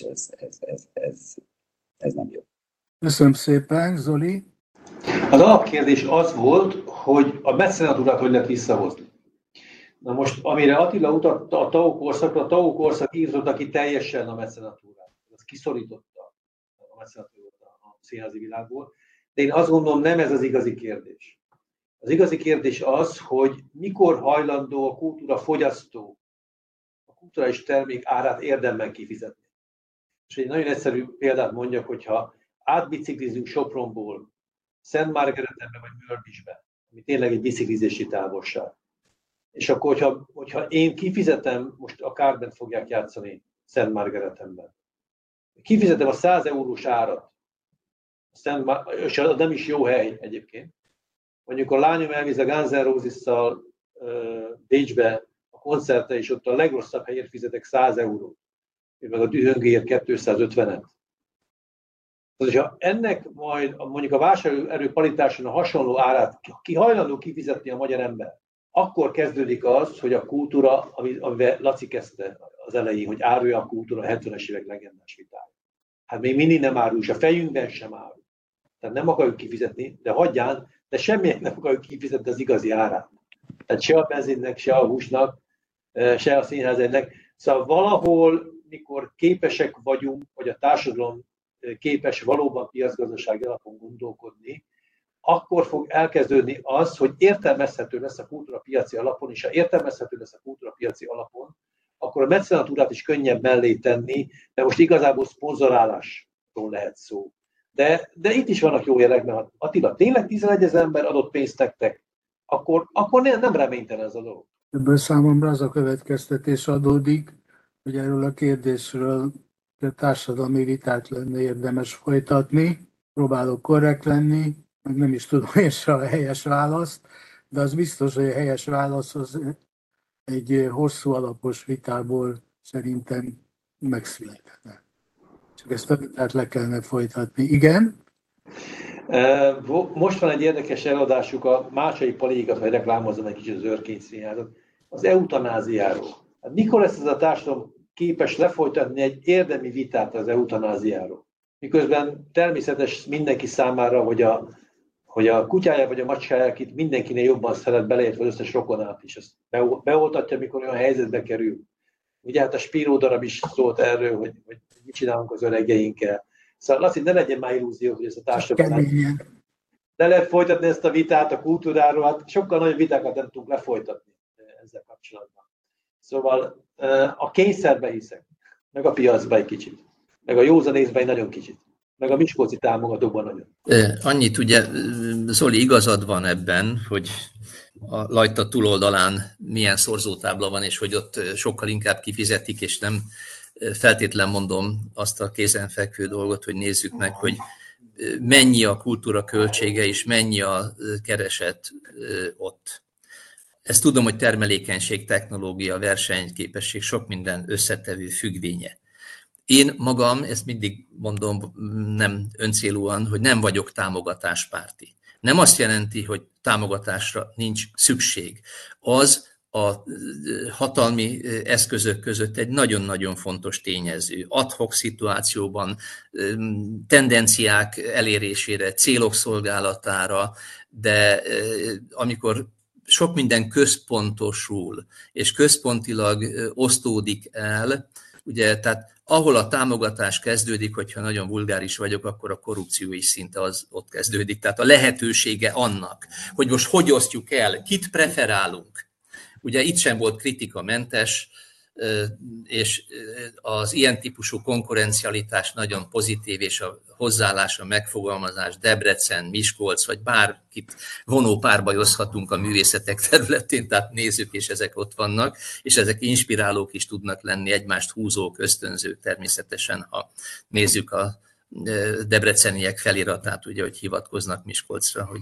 ez nem jó. Köszönöm szépen, Zoli. Az alapkérdés az volt, hogy a mecenatúrát hogy lehet visszahozni. Na most, amire Attila utalt a TAO korszakra, a TAO korszak írtotta ki teljesen a mecenatúrát. Az kiszorította a mecenatúrát a színházi világból. De én azt gondolom, nem ez az igazi kérdés. Az igazi kérdés az, hogy mikor hajlandó a kultúra fogyasztó a kulturális termék árát érdemben kifizetni. És egy nagyon egyszerű példát mondjak, hogyha átbiciklizünk Sopronból Szent Margaretembe vagy Mörbicsbe, ami tényleg egy biciklizési távolság. És akkor, hogyha én kifizetem, most a Carmen fogják játszani Szent Margaretemben, kifizetem a 100 eurós árat, és az nem is jó hely egyébként. Mondjuk a lányom elvisz a Guns N' Roses-szal Bécsbe a koncertre, és ott a legrosszabb helyért fizetek 100 eurót, meg a dühöngéért 250-et. Hogyha ennek majd mondjuk a vásárlóerő paritáson a hasonló árát ki hajlandó kifizetni a magyar ember, akkor kezdődik az, hogy a kultúra, amivel Laci kezdte az elején, hogy árulja a kultúra a 70-es évek legendás vitája. Hát még mindig nem árul, és a fejünkben sem árul. Tehát nem akarjuk kifizetni, de hagyján, de semminek nem akarjuk kifizetni az igazi árát. Tehát se a benzinnek, se a húsnak, se a színházainak. Szóval valahol, mikor képesek vagyunk, vagy a társadalom képes valóban piacgazdasági alapon gondolkodni, akkor fog elkezdődni az, hogy értelmezhető lesz a kultúra piaci alapon, és ha értelmezhető lesz a kultúra piaci alapon, akkor a mecenatúrát is könnyebb mellé tenni, mert most igazából szponzorálásról lehet szó. De itt is vannak jó jelek, mert Attila, tényleg 11 000 ember adott pénzt nektek, akkor nem reménytelen ez a dolog. Ebből számomra az a következtetés adódik, hogy erről a kérdésről a társadalmi vitát lenne érdemes folytatni. Próbálok korrekt lenni, meg nem is tudom én se a helyes választ, de az biztos, hogy a helyes válasz az egy hosszú alapos vitából szerintem megszületne. Csak ezt a vitát le kellene folytatni. Igen? Most van egy érdekes előadásuk, a Mácsai Paliékat, vagy reklámozom egy kicsit az Örkény Színházat, az eutanáziáról. Hát mikor lesz ez a társadalom képes lefolytatni egy érdemi vitát az eutanáziáról? Miközben természetes mindenki számára, hogy a kutyája vagy a macskája, akit mindenkinél jobban szeret, beleértve az összes rokonát is, ezt beoltatja, mikor olyan helyzetbe kerül. Ugye hát a Spiró darab is szólt erről, hogy mit csinálunk az öregeinkkel. Szóval Laci, ne legyen már illúzió, hogy ezt a társadalmat le lehet folytatni ezt a vitát a kultúráról, hát sokkal nagyobb vitákat nem tudunk lefolytatni ezzel kapcsolatban. Szóval a kényszerbe hiszek, meg a piacba egy kicsit, meg a józanészbe egy nagyon kicsit, meg a miskolci támogatóban nagyon. Annyit ugye, Zoli, igazad van ebben, hogy a Lajta túloldalán milyen szorzótábla van, és hogy ott sokkal inkább kifizetik, és nem feltétlen mondom azt a kézenfekvő dolgot, hogy nézzük meg, hogy mennyi a kultúra költsége, és mennyi a kereset ott. Ezt tudom, hogy termelékenység, technológia, versenyképesség, sok minden összetevő függvénye. Én magam, ezt mindig mondom, nem öncélúan, hogy nem vagyok támogatáspárti. Nem azt jelenti, hogy támogatásra nincs szükség. Az a hatalmi eszközök között egy nagyon-nagyon fontos tényező. Ad hoc szituációban, tendenciák elérésére, célok szolgálatára, de amikor sok minden központosul, és központilag osztódik el, Ugye, tehát ahol a támogatás kezdődik, hogyha nagyon vulgáris vagyok, akkor a korrupció is szinte az ott kezdődik. Tehát a lehetősége annak, hogy most hogy osztjuk el, kit preferálunk. Ugye itt sem volt kritikamentes, és az ilyen típusú konkurencialitás nagyon pozitív, és a hozzáállás, a megfogalmazás, Debrecen, Miskolc, vagy bárkit vonó párbajozhatunk a művészetek területén, tehát nézzük, és ezek ott vannak, és ezek inspirálók is tudnak lenni, egymást húzók, ösztönzők természetesen, ha nézzük a debreceniek feliratát, ugye, hogy hivatkoznak Miskolcra, hogy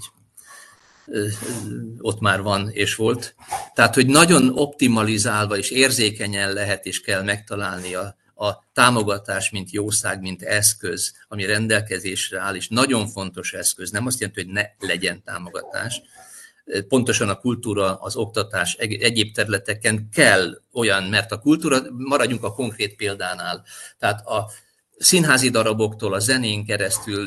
ott már van és volt. Tehát, hogy nagyon optimalizálva és érzékenyen lehet és kell megtalálni a támogatás, mint jószág, mint eszköz, ami rendelkezésre áll, és nagyon fontos eszköz. Nem azt jelenti, hogy ne legyen támogatás. Pontosan a kultúra, az oktatás, egyéb területeken kell olyan, mert a kultúra, maradjunk a konkrét példánál, tehát a színházi daraboktól a zenén keresztül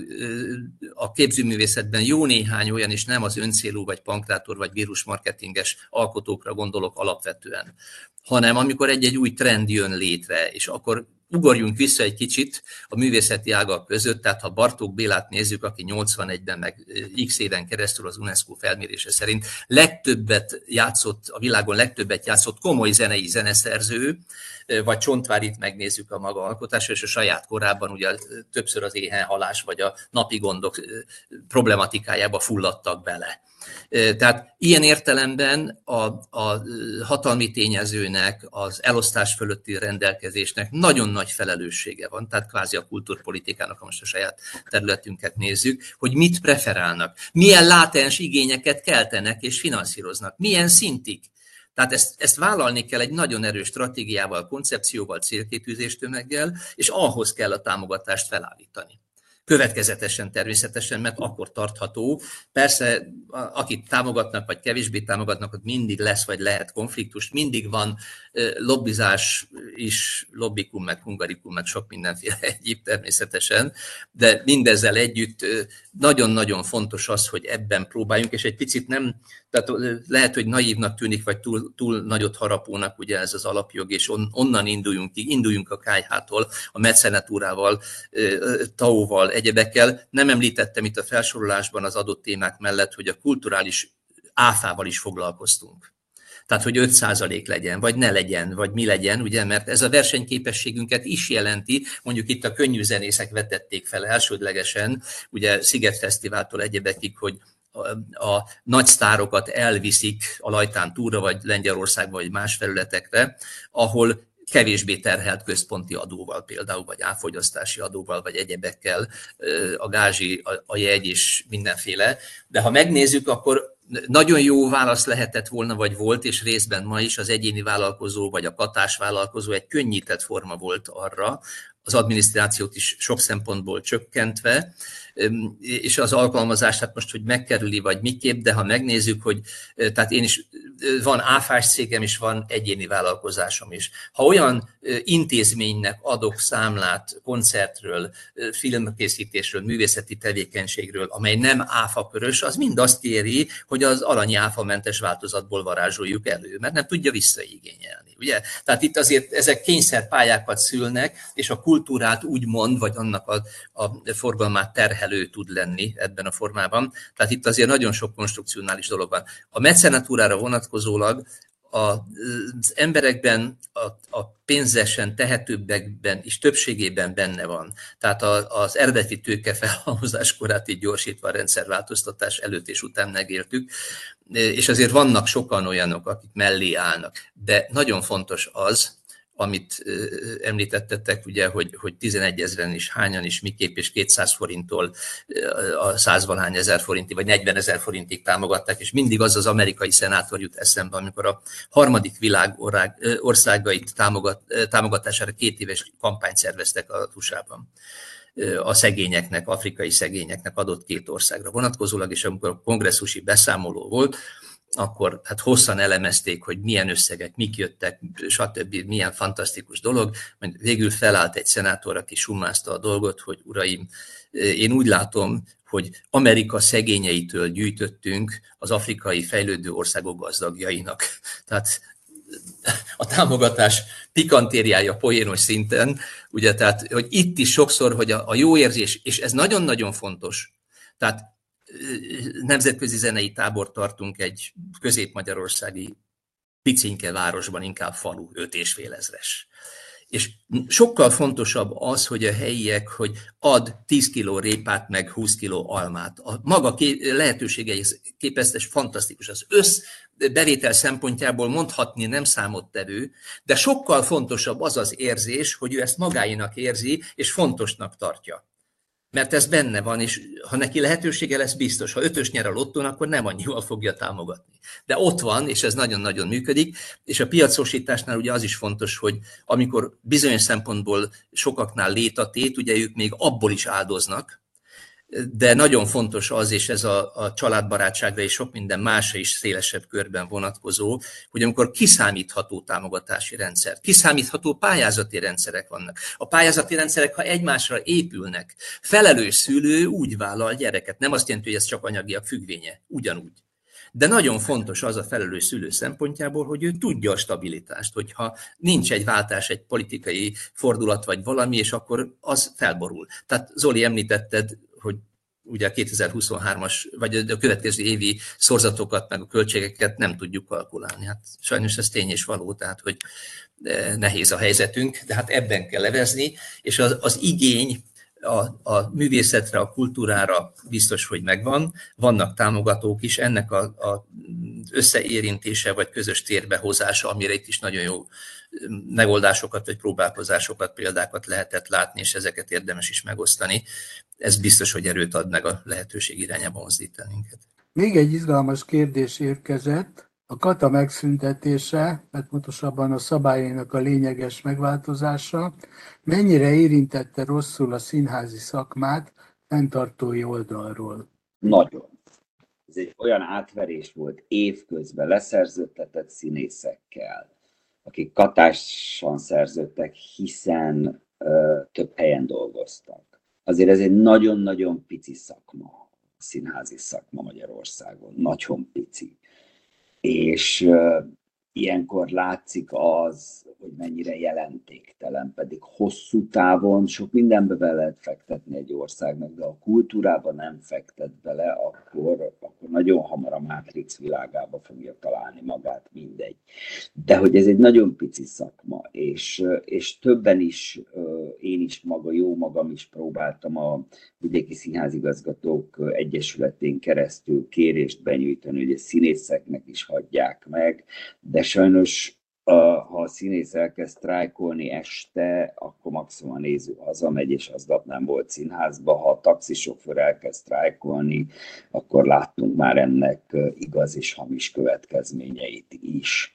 a képzőművészetben jó néhány olyan, és nem az öncélú, vagy pankrátor, vagy vírusmarketinges alkotókra gondolok alapvetően, hanem amikor egy-egy új trend jön létre, és akkor ugorjunk vissza egy kicsit a művészeti ágak között, tehát ha Bartók Bélát nézzük, aki 81-ben meg x éven keresztül az UNESCO felmérése szerint legtöbbet játszott, a világon legtöbbet játszott komoly zenei zeneszerző, vagy Csontvárit megnézzük a maga alkotásra, és a saját korában ugye többször az éhenhalás vagy a napi gondok problematikájába fulladtak bele. Tehát ilyen értelemben a hatalmi tényezőnek, az elosztás fölötti rendelkezésnek nagyon nagy felelőssége van, tehát kvázi a kultúrpolitikának, ha most a saját területünket nézzük, hogy mit preferálnak, milyen látens igényeket keltenek és finanszíroznak, milyen szintig. Tehát ezt vállalni kell egy nagyon erős stratégiával, koncepcióval, célkitűzéstömeggel, és ahhoz kell a támogatást felállítani. Következetesen természetesen, mert akkor tartható. Persze, akit támogatnak, vagy kevésbé támogatnak, ott mindig lesz, vagy lehet konfliktus, mindig van lobbizás is, lobbikum, meg hungarikum, meg sok mindenféle egyéb természetesen, de mindezzel együtt nagyon-nagyon fontos az, hogy ebben próbáljunk, és egy picit nem, tehát lehet, hogy naívnak tűnik, vagy túl nagyot harapónak ugye ez az alapjog, és onnan induljunk a KH-tól, a mecenatúrával, TAO-val, egyebekkel. Nem említettem itt a felsorolásban az adott témák mellett, hogy a kulturális áfával is foglalkoztunk. Tehát, hogy 5% legyen, vagy ne legyen, vagy mi legyen, ugye, mert ez a versenyképességünket is jelenti, mondjuk itt a könnyű zenészek vetették fel elsődlegesen, ugye Sziget Fesztiváltól egyebekig, hogy a nagy sztárokat elviszik a Lajtán túra, vagy Lengyelországba, vagy más felületekre, ahol kevésbé terhelt központi adóval például, vagy áfogyasztási adóval, vagy egyebekkel, a gázsi, a jegy és mindenféle. De ha megnézzük, akkor nagyon jó válasz lehetett volna, vagy volt, és részben ma is az egyéni vállalkozó, vagy a katás vállalkozó egy könnyített forma volt arra, az adminisztrációt is sok szempontból csökkentve, és az alkalmazást, hát most, hogy megkerüli, vagy miképp, de ha megnézzük, hogy tehát én is, van áfás cégem is, van egyéni vállalkozásom is. Ha olyan intézménynek adok számlát koncertről, filmkészítésről, művészeti tevékenységről, amely nem áfakörös, az mind azt kéri, hogy az alanyi áfamentes változatból varázsoljuk elő, mert nem tudja visszaigényelni. Ugye? Tehát itt azért ezek kényszerpályákat szülnek, és a kultúrát úgymond, vagy annak a forgalmát terhelő tud lenni ebben a formában. Tehát itt azért nagyon sok konstrukcionális dolog van. A mecenatúrára vonatkozólag az emberekben, a pénzesen tehetőbbekben is többségében benne van. Tehát az eredeti tőke felhalmozás korát így gyorsítva a rendszerváltoztatás előtt és után megértük, és azért vannak sokan olyanok, akik mellé állnak. De nagyon fontos az, amit említettetek, ugye, hogy 11 000 is, hányan is, miképp, és 200 forinttól a 100-valahány ezer forintig, vagy 40 000 forintig támogatták, és mindig az amerikai szenátor jut eszembe, amikor a harmadik világ országait támogatására 2 éves kampányt szerveztek a USA-ban. A szegényeknek, afrikai szegényeknek adott 2 országra vonatkozólag, és amikor a kongresszusi beszámoló volt, akkor hát hosszan elemezték, hogy milyen összegek, mik jöttek, stb. Milyen fantasztikus dolog. Végül felállt egy szenátor, aki summázta a dolgot, hogy uraim, én úgy látom, hogy Amerika szegényeitől gyűjtöttünk az afrikai fejlődő országok gazdagjainak. Tehát a támogatás pikantériája poénos szinten, ugye, tehát, hogy itt is sokszor, hogy a jó érzés, és ez nagyon-nagyon fontos, tehát nemzetközi zenei tábort tartunk egy közép-magyarországi picinke városban, inkább falu, 5,5 ezres. És sokkal fontosabb az, hogy a helyiek, hogy ad 10 kiló répát, meg 20 kiló almát. A maga lehetőségeihez képest ez fantasztikus. Az összbevétel szempontjából mondhatni nem számottevő, de sokkal fontosabb az az érzés, hogy ő ezt magáinak érzi, és fontosnak tartja. Mert ez benne van, és ha neki lehetősége lesz, biztos. Ha 5-ös nyer a lottón, akkor nem annyival fogja támogatni. De ott van, és ez nagyon-nagyon működik, és a piacosításnál ugye az is fontos, hogy amikor bizonyos szempontból sokaknál létatét, ugye ők még abból is áldoznak, de nagyon fontos az, és ez a családbarátságra és sok minden másra is szélesebb körben vonatkozó, hogy amikor kiszámítható támogatási rendszer, kiszámítható pályázati rendszerek vannak. A pályázati rendszerek, ha egymásra épülnek, felelős szülő úgy vállal gyereket. Nem azt jelenti, hogy ez csak anyagiak függvénye, ugyanúgy. De nagyon fontos az a felelős szülő szempontjából, hogy ő tudja a stabilitást, hogyha nincs egy váltás, egy politikai fordulat vagy valami, és akkor az felborul. Tehát Zoli, említetted, hogy ugye a 2023-as, vagy a következő évi szorzatokat, meg a költségeket nem tudjuk kalkulálni. Hát sajnos ez tény és való, tehát hogy nehéz a helyzetünk, de hát ebben kell levezni, és az igény a művészetre, a kultúrára biztos, hogy megvan, vannak támogatók is, ennek a összeérintése vagy közös térbehozása, amire itt is nagyon jó megoldásokat vagy próbálkozásokat, példákat lehetett látni, és ezeket érdemes is megosztani. Ez biztos, hogy erőt ad meg a lehetőség irányába mozdítani minket. Még egy izgalmas kérdés érkezett. A kata megszüntetése, mert pontosabban a szabályainak a lényeges megváltozása, mennyire érintette rosszul a színházi szakmát fenntartói oldalról? Nagyon. Ez egy olyan átverés volt évközben leszerződtetett színészekkel, akik katásan szerződtek, hiszen több helyen dolgoztak. Azért ez egy nagyon-nagyon pici szakma, a színházi szakma Magyarországon. Nagyon pici. És ilyenkor látszik az, hogy mennyire jelentéktelen, pedig hosszú távon sok mindenbe be lehet fektetni egy országnak, de a kultúrába nem fektet bele, akkor nagyon hamar a Matrix világába fogja találni magát, mindegy. De hogy ez egy nagyon pici szakma, és többen is, én is jó magam is próbáltam a Vidéki Színházigazgatók Egyesületén keresztül kérést benyújtani, hogy a színészeknek is hagyják meg, de sajnos ha a színész elkezd sztrájkolni este, akkor maximum a néző hazamegy, és aznap nem volt színházba. Ha a taxisofőr elkezd sztrájkolni, akkor láttunk már ennek igaz és hamis következményeit is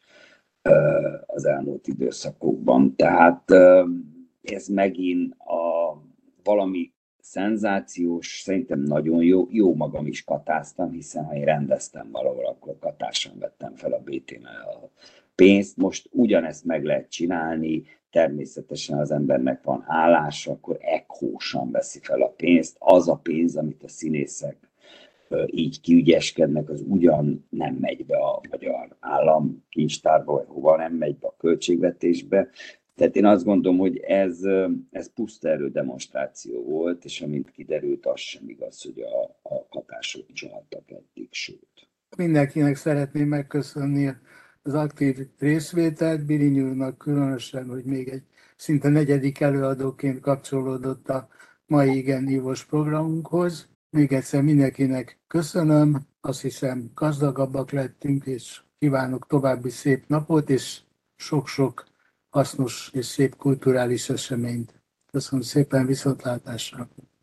az elmúlt időszakokban. Tehát ez megint valami szenzációs, szerintem nagyon jó magam is katáztam, hiszen ha én rendeztem valahol, akkor katásan vettem fel a BT-nál a pénzt. Most ugyanezt meg lehet csinálni, természetesen az embernek van állása, akkor ekhósan veszi fel a pénzt. Az a pénz, amit a színészek így kiügyeskednek, az ugyan nem megy be a magyar államkincstárba, vagy hova nem megy be a költségvetésbe. Tehát én azt gondolom, hogy ez puszta erődemonstráció volt, és amint kiderült, az sem igaz, hogy a hatások csaltak eddig, sőt. Mindenkinek szeretném megköszönni az aktív részvételt, Birinyi úrnak különösen, hogy még egy szinte negyedik előadóként kapcsolódott a mai igen hívós programunkhoz. Még egyszer mindenkinek köszönöm, azt hiszem gazdagabbak lettünk, és kívánok további szép napot, és sok-sok hasznos és szép kulturális eseményt. Köszönöm szépen, viszontlátásra!